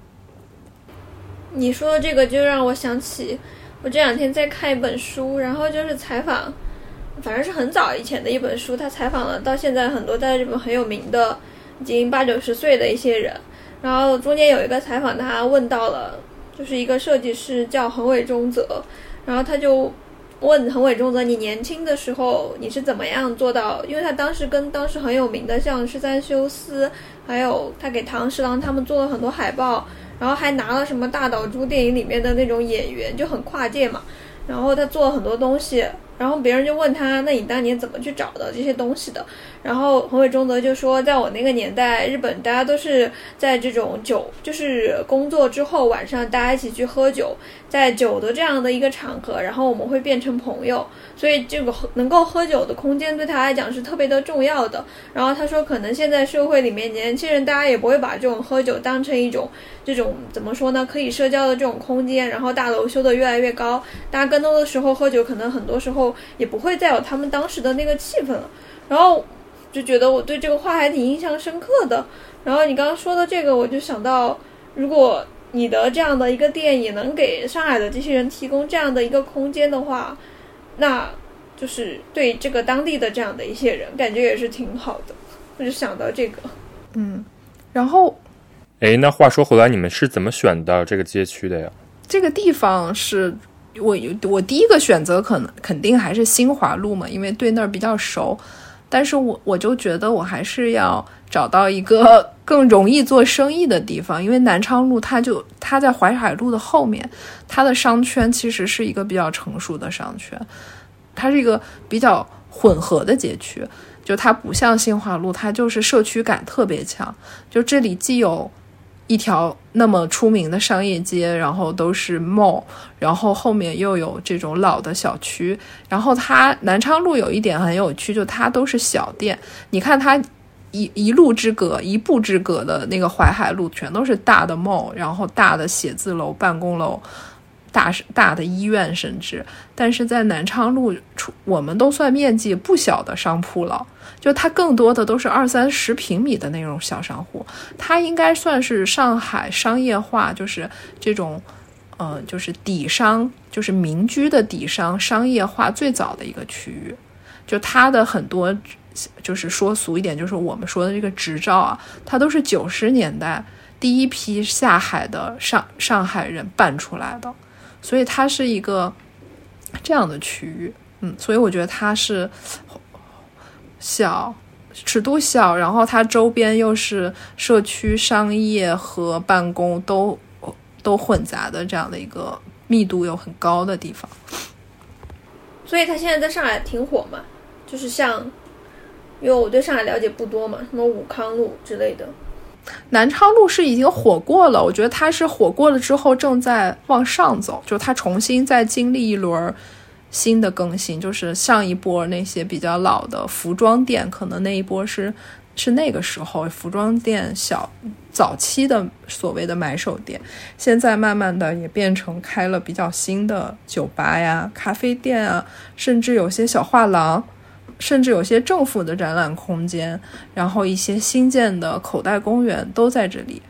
你说的这个就让我想起我这两天在看一本书，然后就是采访，反正是很早以前的一本书，他采访了到现在很多在日本很有名的已经80-90岁的一些人，然后中间有一个采访他问到了就是一个设计师叫横尾中则，然后他就问横尾中则，你年轻的时候你是怎么样做到，因为他当时跟当时很有名的像十三修斯，还有他给唐十郎他们做了很多海报，然后还拿了什么大岛渚电影里面的那种演员，就很跨界嘛，然后他做了很多东西，然后别人就问他，那你当年怎么去找到这些东西的？然后横尾中则就说，在我那个年代，日本大家都是在这种酒，就是工作之后晚上大家一起去喝酒，在酒的这样的一个场合，然后我们会变成朋友，所以这个能够喝酒的空间对他来讲是特别的重要的。然后他说，可能现在社会里面年轻人大家也不会把这种喝酒当成一种这种怎么说呢，可以社交的这种空间，然后大楼修得越来越高，大家更多的时候喝酒可能很多时候也不会再有他们当时的那个气氛了。然后就觉得我对这个话还挺印象深刻的。然后你刚刚说的这个，我就想到，如果你的这样的一个店也能给上海的这些人提供这样的一个空间的话，那就是对这个当地的这样的一些人感觉也是挺好的。我就想到这个。
然后
那话说回来，你们是怎么选到这个街区的呀？
这个地方是我第一个选择肯定还是新华路嘛，因为对那儿比较熟。但是我就觉得我还是要找到一个更容易做生意的地方，因为南昌路它在淮海路的后面，它的商圈其实是一个比较成熟的商圈，它是一个比较混合的街区，就它不像新华路，它就是社区感特别强，就这里既有一条那么出名的商业街，然后都是 mall， 然后后面又有这种老的小区，然后它南昌路有一点很有趣，就它都是小店，你看它一路之隔一步之隔的那个淮海路全都是大的 mall， 然后大的写字楼办公楼，大的医院，甚至但是在南昌路我们都算面积不小的商铺了，就它更多的都是20-30平米的那种小商户，它应该算是上海商业化，就是这种就是底商，就是民居的底商商业化最早的一个区域。就它的很多就是说俗一点，就是我们说的这个执照啊，它都是90年代第一批下海的上海人办出来的，所以它是一个这样的区域。所以我觉得它是小，尺度小，然后它周边又是社区商业和办公都混杂的这样的一个密度又很高的地方。
所以它现在在上海挺火嘛，就是像，因为我对上海了解不多嘛，什么武康路之类的。
南昌路是已经火过了，我觉得它是火过了之后正在往上走，就它重新再经历一轮新的更新，就是上一波那些比较老的服装店，可能那一波是那个时候服装店早期的所谓的买手店，现在慢慢的也变成开了比较新的酒吧呀、咖啡店啊，甚至有些小画廊，甚至有些政府的展览空间，然后一些新建的口袋公园都在这里。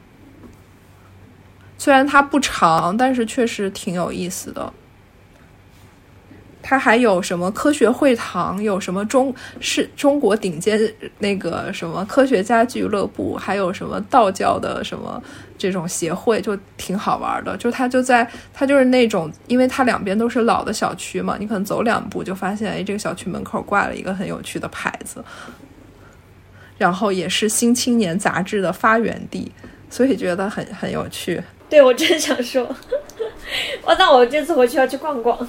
虽然它不长，但是确实挺有意思的。它还有什么科学会堂，有什么中国顶尖那个什么科学家俱乐部，还有什么道教的什么这种协会，就挺好玩的。就它就是那种，因为它两边都是老的小区嘛，你可能走2步就发现，这个小区门口挂了一个很有趣的牌子，然后也是《新青年》杂志的发源地，所以觉得很有趣。
对，我真想说，那我这次回去要去逛逛。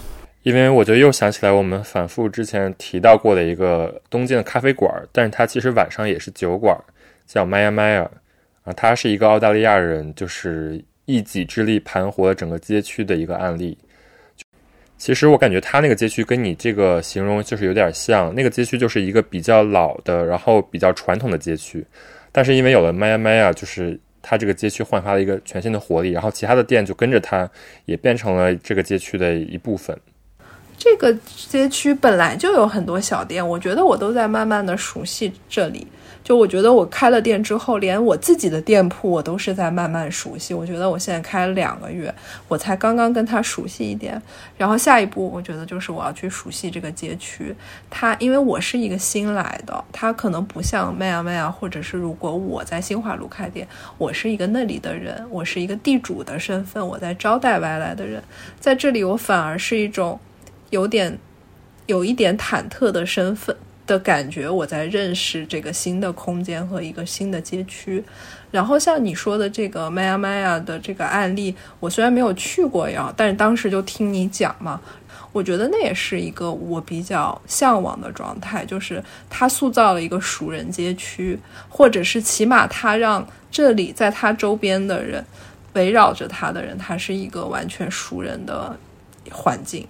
因为我就又想起来我们反复之前提到过的一个东京的咖啡馆，但是它其实晚上也是酒馆，叫 Maya Maya 啊，他是一个澳大利亚人，就是一己之力盘活了整个街区的一个案例。其实我感觉他那个街区跟你这个形容就是有点像，那个街区就是一个比较老的，然后比较传统的街区，但是因为有了 Maya Maya， 就是它这个街区焕发了一个全新的活力，然后其他的店就跟着它也变成了这个街区的一部分。
这个街区本来就有很多小店，我觉得我都在慢慢的熟悉这里。就我觉得我开了店之后，连我自己的店铺我都是在慢慢熟悉。我觉得我现在开了2个月，我才刚刚跟它熟悉一点。然后下一步我觉得就是我要去熟悉这个街区。它因为我是一个新来的，它可能不像 Maya Maya， 或者是如果我在新华路开店，我是一个那里的人，我是一个地主的身份，我在招待外来的人。在这里我反而是一种有一点忐忑的身份的感觉，我在认识这个新的空间和一个新的街区。然后像你说的这个 Maya Maya 的这个案例，我虽然没有去过呀，但是当时就听你讲嘛，我觉得那也是一个我比较向往的状态，就是他塑造了一个熟人街区，或者是起码他让这里在他周边的人围绕着他的人，他是一个完全熟人的环境。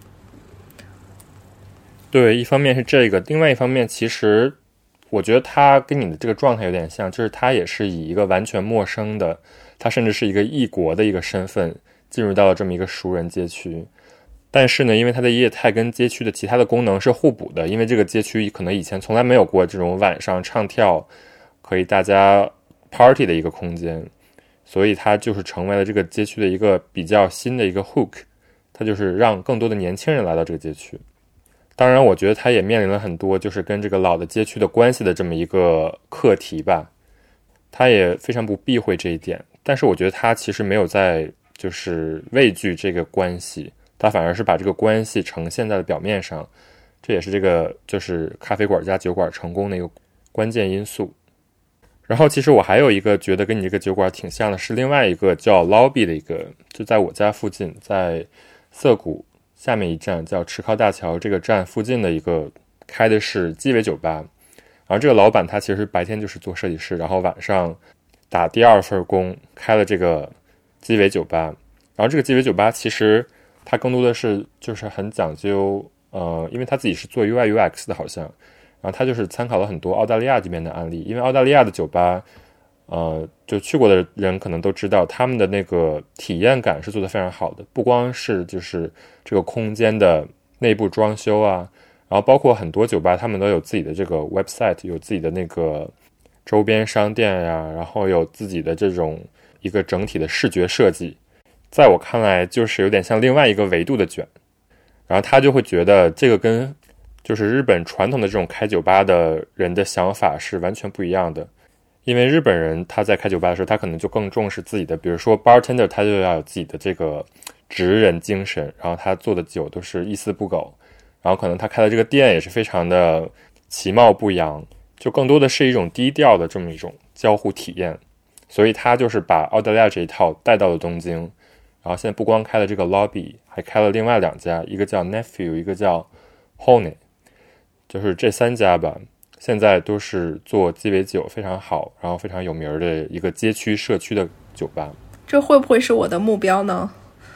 对，一方面是这个，另外一方面其实我觉得他跟你的这个状态有点像，就是他也是以一个完全陌生的，他甚至是一个异国的一个身份进入到了这么一个熟人街区。但是呢，因为它的业态跟街区的其他的功能是互补的，因为这个街区可能以前从来没有过这种晚上唱跳可以大家 party 的一个空间，所以它就是成为了这个街区的一个比较新的一个 hook， 它就是让更多的年轻人来到这个街区。当然我觉得它也面临了很多就是跟这个老的街区的关系的这么一个课题吧，它也非常不避讳这一点，但是我觉得它其实没有在就是畏惧这个关系，它反而是把这个关系呈现在了表面上，这也是这个就是咖啡馆加酒馆成功的一个关键因素。然后其实我还有一个觉得跟你这个酒馆挺像的，是另外一个叫 Lobby 的一个，就在我家附近，在涩谷下面一站叫池靠大桥这个站附近的一个，开的是鸡尾酒吧。然后这个老板他其实白天就是做设计师，然后晚上打第2份工开了这个鸡尾酒吧。然后这个鸡尾酒吧其实它更多的是就是很讲究因为他自己是做 UI UX 的好像，然后他就是参考了很多澳大利亚这边的案例，因为澳大利亚的酒吧就去过的人可能都知道，他们的那个体验感是做得非常好的，不光是就是这个空间的内部装修啊，然后包括很多酒吧他们都有自己的这个 website， 有自己的那个周边商店呀，然后有自己的这种一个整体的视觉设计，在我看来就是有点像另外一个维度的卷。然后他就会觉得这个跟就是日本传统的这种开酒吧的人的想法是完全不一样的。因为日本人他在开酒吧的时候，他可能就更重视自己的，比如说 bartender 他就要有自己的这个职人精神，然后他做的酒都是一丝不苟，然后可能他开的这个店也是非常的其貌不扬，就更多的是一种低调的这么一种交互体验。所以他就是把澳大利亚这一套带到了东京，然后现在不光开了这个 Lobby， 还开了另外2家，一个叫 Nephew， 一个叫 Honey， 就是这3家吧，现在都是做鸡尾酒非常好，然后非常有名的一个街区社区的酒吧。
这会不会是我的目标呢？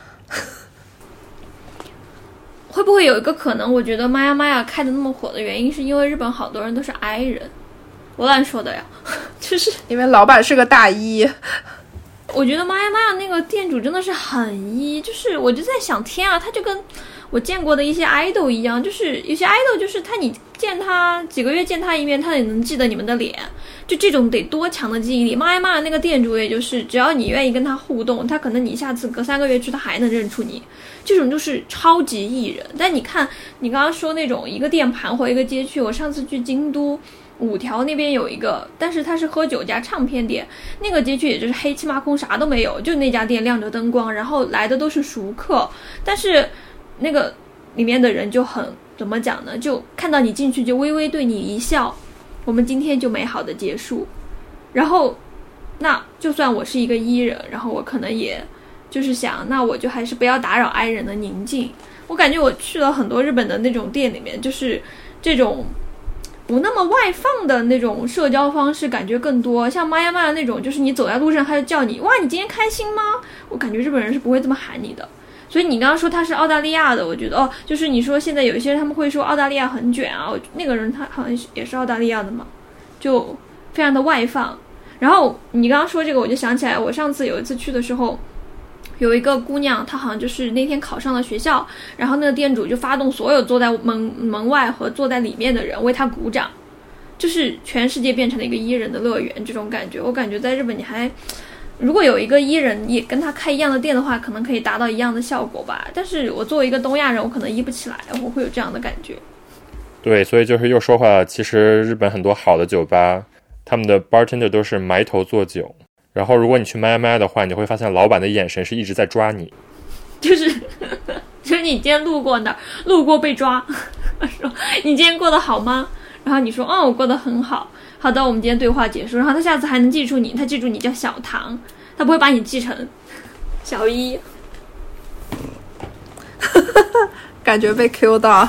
会不会有一个可能，我觉得玛雅玛雅开的那么火的原因是因为日本好多人都是 I 人，我乱说的呀，就是
因为老板是个大一。
我觉得玛雅玛雅那个店主真的是很一，就是我就在想，天啊，他就跟我见过的一些 idol 一样，就是有些 idol 就是你见他几个月见他一面，他也能记得你们的脸，就这种得多强的记忆力。玛雅玛雅那个店主也就是只要你愿意跟他互动，他可能你下次隔3个月去他还能认出你，这种就是超级艺人。但你看你刚刚说那种一个店盘或一个街区，我上次去京都5条那边有一个，但是它是喝酒加唱片店，那个街区也就是黑漆麻空，啥都没有，就那家店亮着灯光，然后来的都是熟客，但是那个里面的人就很怎么讲呢，就看到你进去就微微对你一笑，我们今天就美好的结束。然后那就算我是一个 E 人，然后我可能也就是想，那我就还是不要打扰 I 人的宁静。 我感觉我去了很多日本的那种店里面，就是这种不那么外放的那种社交方式感觉更多，像妈呀妈那种，就是你走在路上他就叫你，哇你今天开心吗？我感觉日本人是不会这么喊你的。所以你刚刚说他是澳大利亚的，我觉得就是你说现在有一些人他们会说澳大利亚很卷啊，那个人他好像也是澳大利亚的嘛，就非常的外放。然后你刚刚说这个我就想起来，我上次有一次去的时候，有一个姑娘她好像就是那天考上了学校，然后那个店主就发动所有坐在门外和坐在里面的人为她鼓掌，就是全世界变成了一个 E 人的乐园这种感觉。我感觉在日本你还如果有一个 E 人也跟他开一样的店的话，可能可以达到一样的效果吧。但是我作为一个东亚人，我可能 E 不起来，我会有这样的感觉。
对，所以就是又说回来，其实日本很多好的酒吧，他们的 bartender 都是埋头做酒，然后如果你去麦麦的话，你会发现老板的眼神是一直在抓你，就是你今天路过那儿，路过被抓，说你今天过得好吗？然后你说我过得很好。好的，我们今天对话结束。然后他下次还能记住你，他记住你叫小唐，他不会把你记成小一。
感觉被 Q 到。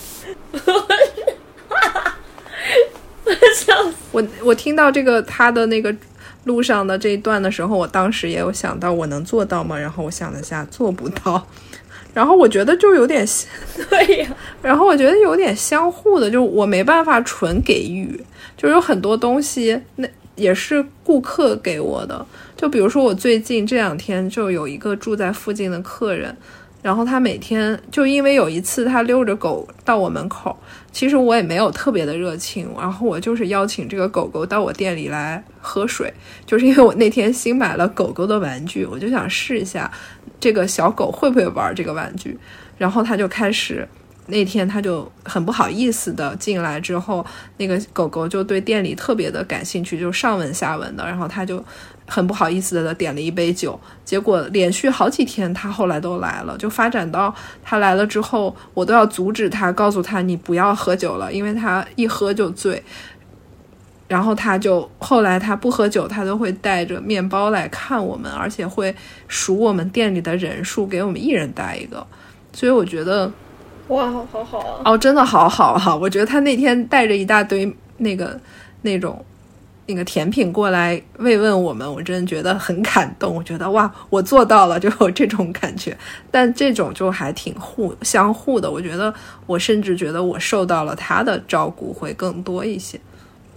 我听到这个他的那个路上的这一段的时候，我当时也有想到我能做到吗？然后我想了下，做不到。然后我觉得就有点
对呀，
然后我觉得有点相互的，就我没办法纯给予，就有很多东西那也是顾客给我的。就比如说我最近这2天就有一个住在附近的客人，然后他每天就因为有一次他溜着狗到我门口，其实我也没有特别的热情，然后我就是邀请这个狗狗到我店里来喝水，就是因为我那天新买了狗狗的玩具，我就想试一下这个小狗会不会玩这个玩具。然后他就开始，那天他就很不好意思的进来之后，那个狗狗就对店里特别的感兴趣，就上闻下闻的，然后他就很不好意思的点了一杯酒，结果连续好几天他后来都来了，就发展到他来了之后我都要阻止他，告诉他你不要喝酒了，因为他一喝就醉。然后他就后来他不喝酒，他都会带着面包来看我们，而且会数我们店里的人数，给我们一人带一个。所以我觉得
哇好好啊，
真的好好啊。我觉得他那天带着一大堆那种甜品过来慰问我们，我真的觉得很感动。我觉得哇，我做到了，就有这种感觉。但这种就还挺相互的，我觉得我甚至觉得我受到了他的照顾会更多一些。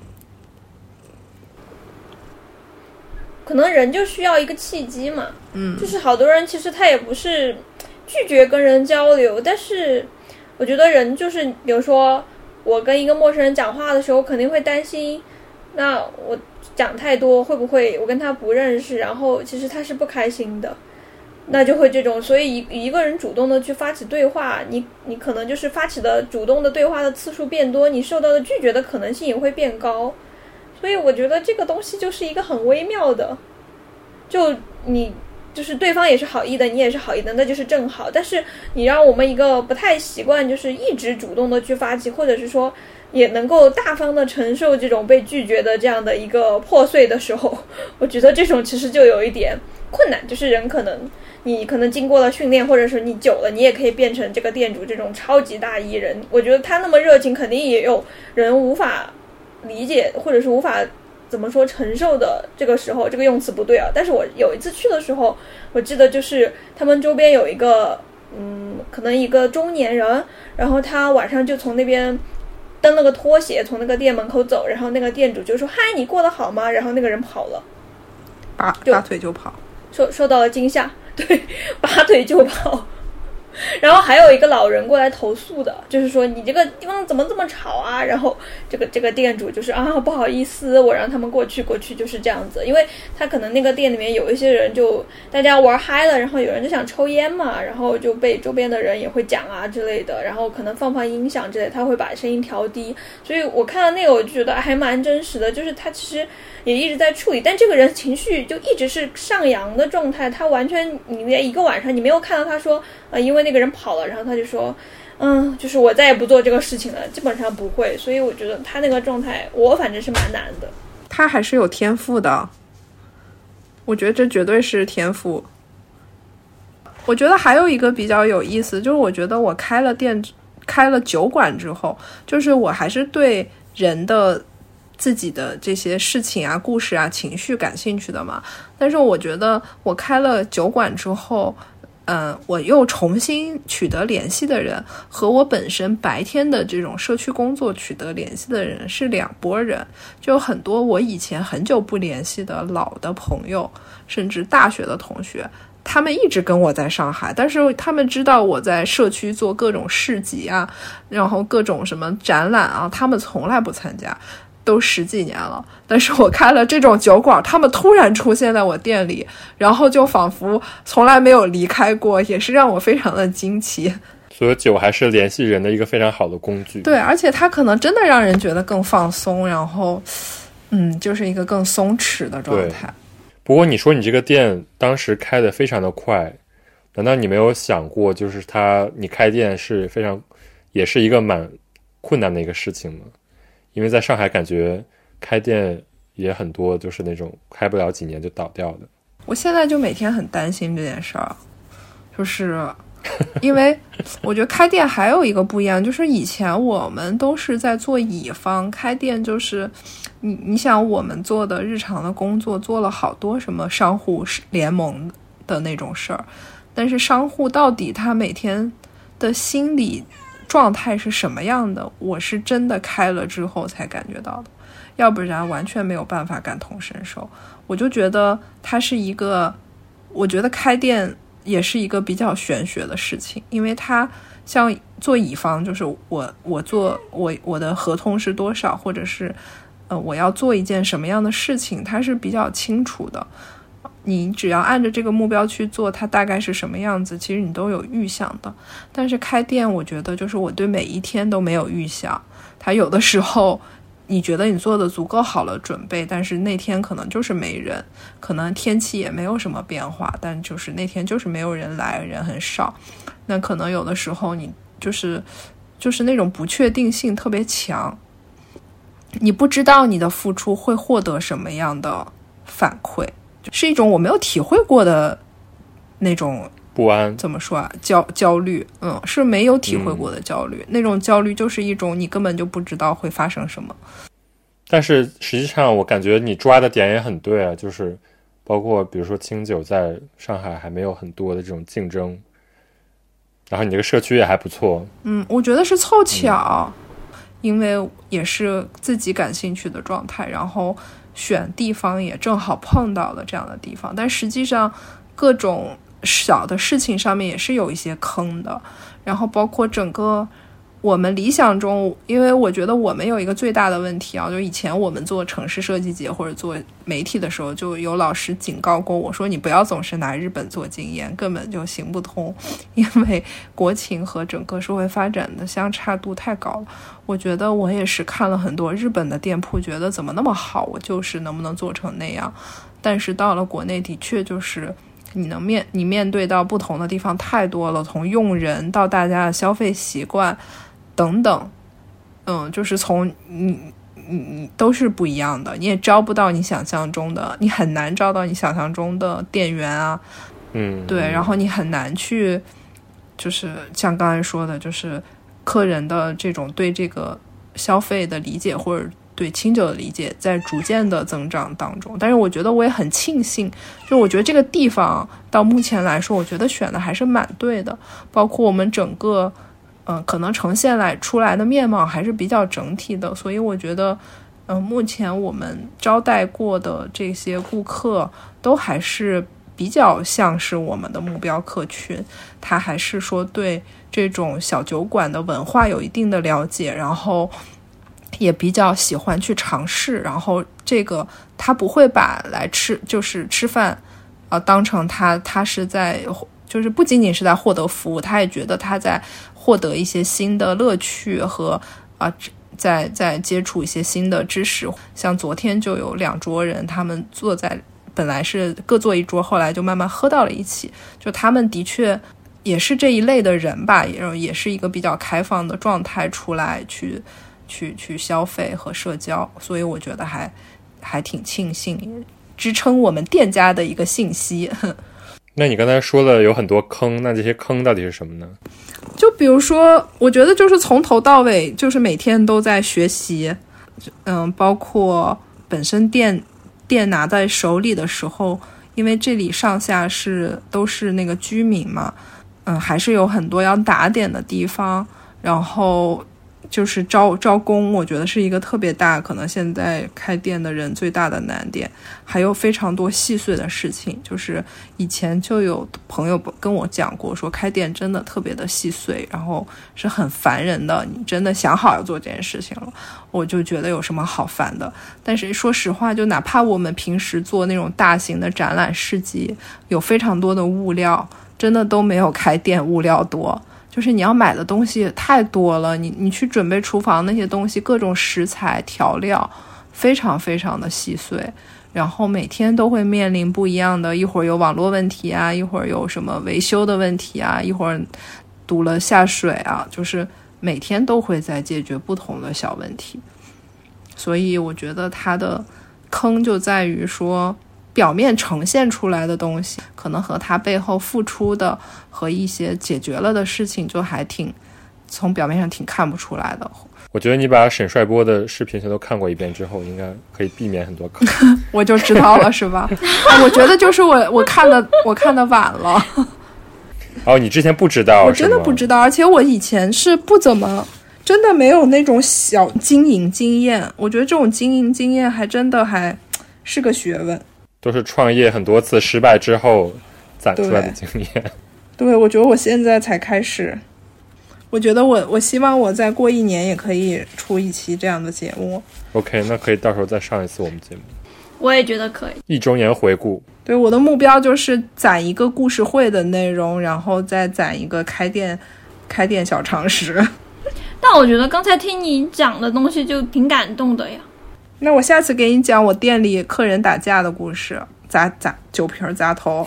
可能人就需要一个契机嘛，就是好多人其实他也不是拒绝跟人交流，但是我觉得人就是比如说我跟一个陌生人讲话的时候肯定会担心，那我讲太多会不会我跟他不认识，然后其实他是不开心的，那就会这种。所以一个人主动的去发起对话，你可能就是发起的主动的对话的次数变多，你受到的拒绝的可能性也会变高。所以我觉得这个东西就是一个很微妙的，就你就是对方也是好意的，你也是好意的，那就是正好。但是你让我们一个不太习惯就是一直主动的去发起，或者是说也能够大方的承受这种被拒绝的这样的一个破碎的时候，我觉得这种其实就有一点困难。就是人可能你可能经过了训练，或者是你久了，你也可以变成这个店主这种超级大E人。我觉得他那么热情，肯定也有人无法理解，或者是无法怎么说承受的。这个时候这个用词不对啊，但是我有一次去的时候，我记得就是他们周边有一个可能一个中年人，然后他晚上就从那边蹬了个拖鞋从那个店门口走，然后那个店主就说嗨你过得好吗，然后那个人跑了，
拔腿就跑，
受到了惊吓，对，拔腿就跑。然后还有一个老人过来投诉的，就是说你这个地方怎么这么吵啊，然后这个店主就是不好意思，我让他们过去就是这样子。因为他可能那个店里面有一些人就大家玩嗨了，然后有人就想抽烟嘛，然后就被周边的人也会讲啊之类的，然后可能放音响之类，他会把声音调低。所以我看到那个我就觉得还蛮真实的，就是他其实也一直在处理，但这个人情绪就一直是上扬的状态，他完全你一个晚上你没有看到他说因为那个人跑了，然后他就说就是我再也不做这个事情了，基本上不会。所以我觉得他那个状态我反正是蛮难的。
他还是有天赋的，我觉得这绝对是天赋。 我觉得还有一个比较有意思，就是我觉得我开了酒馆之后，就是我还是对人的自己的这些事情啊、故事啊、情绪感兴趣的嘛。但是我觉得我开了酒馆之后，我又重新取得联系的人和我本身白天的这种社区工作取得联系的人是两拨人。就很多我以前很久不联系的老的朋友，甚至大学的同学，他们一直跟我在上海，但是他们知道我在社区做各种市集啊，然后各种什么展览啊，他们从来不参加，都10几年了。但是我开了这种酒馆，他们突然出现在我店里，然后就仿佛从来没有离开过，也是让我非常的惊奇。
所以酒还是联系人的一个非常好的工具。
对，而且它可能真的让人觉得更放松，然后就是一个更松弛的状态。
不过你说你这个店当时开得非常的快，难道你没有想过就是你开店是也是一个蛮困难的一个事情吗？因为在上海感觉开店也很多就是那种开不了几年就倒掉的。
我现在就每天很担心这件事儿，就是因为我觉得开店还有一个不一样，就是以前我们都是在做乙方，开店就是你想我们做的日常的工作做了好多什么商户联盟的那种事儿，但是商户到底他每天的心理状态是什么样的，我是真的开了之后才感觉到的，要不然完全没有办法感同身受。我就觉得它是一个，我觉得开店也是一个比较玄学的事情，因为它像做乙方，就是我的合同是多少，或者是我要做一件什么样的事情，它是比较清楚的。你只要按着这个目标去做，它大概是什么样子，其实你都有预想的。但是开店，我觉得就是我对每一天都没有预想，它有的时候你觉得你做的足够好了准备，但是那天可能就是没人，可能天气也没有什么变化，但就是那天就是没有人来，人很少。那可能有的时候你就是那种不确定性特别强，你不知道你的付出会获得什么样的反馈，是一种我没有体会过的那种
不安，
怎么说啊？焦虑，是没有体会过的焦虑。那种焦虑就是一种你根本就不知道会发生什么。
但是实际上我感觉你抓的点也很对啊，就是包括比如说清酒在上海还没有很多的这种竞争，然后你这个社区也还不错。
我觉得是凑巧，因为也是自己感兴趣的状态，然后选地方也正好碰到了这样的地方，但实际上各种小的事情上面也是有一些坑的，然后包括整个我们理想中，因为我觉得我们有一个最大的问题啊，就以前我们做城市设计节或者做媒体的时候，就有老师警告过我说，你不要总是拿日本做经验，根本就行不通，因为国情和整个社会发展的相差度太高了。我觉得我也是看了很多日本的店铺，觉得怎么那么好，我就是能不能做成那样。但是到了国内，的确就是你面对到不同的地方太多了，从用人到大家的消费习惯等等，就是从你都是不一样的，你也招不到你想象中的，你很难招到你想象中的店员啊，对，然后你很难去，就是像刚才说的，就是客人的这种对这个消费的理解或者对清酒的理解在逐渐的增长当中。但是我觉得我也很庆幸，就我觉得这个地方到目前来说，我觉得选的还是蛮对的，包括我们整个可能呈现出来的面貌还是比较整体的，所以我觉得目前我们招待过的这些顾客都还是比较像是我们的目标客群，他还是说对这种小酒馆的文化有一定的了解，然后也比较喜欢去尝试，然后这个他不会把来就是吃饭当成他是在就是不仅仅是在获得服务，他也觉得他在获得一些新的乐趣和在接触一些新的知识。像昨天就有2桌人，他们坐在本来是各坐一桌，后来就慢慢喝到了一起，就他们的确也是这一类的人吧，也是一个比较开放的状态出来去消费和社交，所以我觉得还挺庆幸，支撑我们店家的一个信息。
那你刚才说了有很多坑，那这些坑到底是什么呢？
就比如说，我觉得就是从头到尾就是每天都在学习，包括本身店拿在手里的时候，因为这里上下都是那个居民嘛，还是有很多要打点的地方，然后就是招工，我觉得是一个特别大，可能现在开店的人最大的难点，还有非常多细碎的事情，就是以前就有朋友跟我讲过，说开店真的特别的细碎，然后是很烦人的，你真的想好要做这件事情了，我就觉得有什么好烦的。但是说实话，就哪怕我们平时做那种大型的展览市集，有非常多的物料，真的都没有开店物料多，就是你要买的东西太多了，你去准备厨房那些东西，各种食材调料非常非常的细碎，然后每天都会面临不一样的，一会儿有网络问题啊，一会儿有什么维修的问题啊，一会儿堵了下水啊，就是每天都会在解决不同的小问题。所以我觉得它的坑就在于说，表面呈现出来的东西可能和他背后付出的和一些解决了的事情就还从表面上挺看不出来的。
我觉得你把沈帅波的视频全都看过一遍之后，应该可以避免很多坑。
我就知道了是吧？我觉得就是我看的晚了。
哦，你之前不知道？
我真的不知道，而且我以前是不怎么，真的没有那种小经营经验。我觉得这种经营经验还真的还是个学问。
都是创业很多次失败之后攒出来的经验。
对，我觉得我现在才开始，我觉得我希望我再过1年也可以出一期这样的节目。
OK， 那可以到时候再上一次我们节目。
我也觉得可以，
1周年回顾。
对，我的目标就是攒一个故事会的内容，然后再攒一个开店小常识。
但我觉得刚才听你讲的东西就挺感动的呀。
那我下次给你讲我店里客人打架的故事，酒瓶砸头。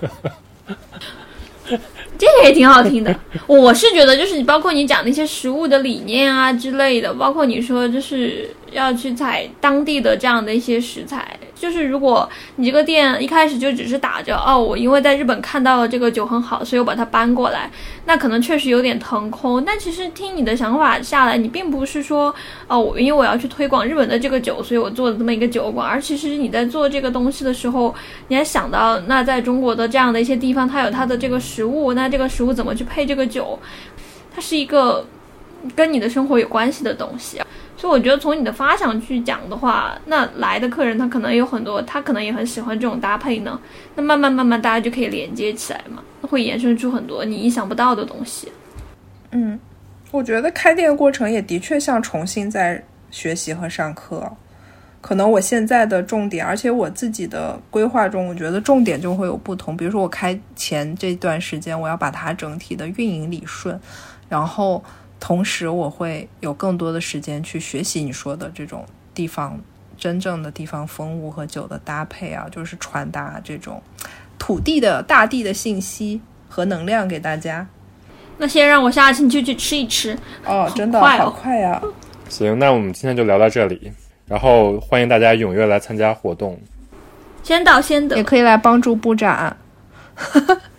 这个也挺好听的。我是觉得就是包括你讲那些食物的理念啊之类的，包括你说就是要去采当地的这样的一些食材，就是如果你这个店一开始就只是打着我因为在日本看到了这个酒很好，所以我把它搬过来，那可能确实有点腾空。但其实听你的想法下来，你并不是说因为我要去推广日本的这个酒，所以我做了这么一个酒馆，而其实你在做这个东西的时候，你还想到那在中国的这样的一些地方，它有它的这个食物，那这个食物怎么去配这个酒，它是一个跟你的生活有关系的东西。所以我觉得从你的发想去讲的话，那来的客人他可能有很多，他可能也很喜欢这种搭配呢，那慢慢大家就可以连接起来嘛，会衍生出很多你意想不到的东西。
我觉得开店的过程也的确像重新在学习和上课，可能我现在的重点，而且我自己的规划中，我觉得重点就会有不同。比如说我开前这段时间，我要把它整体的运营理顺，然后同时我会有更多的时间去学习你说的这种地方真正的地方风物和酒的搭配啊，就是传达这种土地的大地的信息和能量给大家。
那先让我下星期去吃一吃。
真的好快啊。
行，那我们今天就聊到这里，然后欢迎大家踊跃来参加活动，
先到先得，
也可以来帮助布展。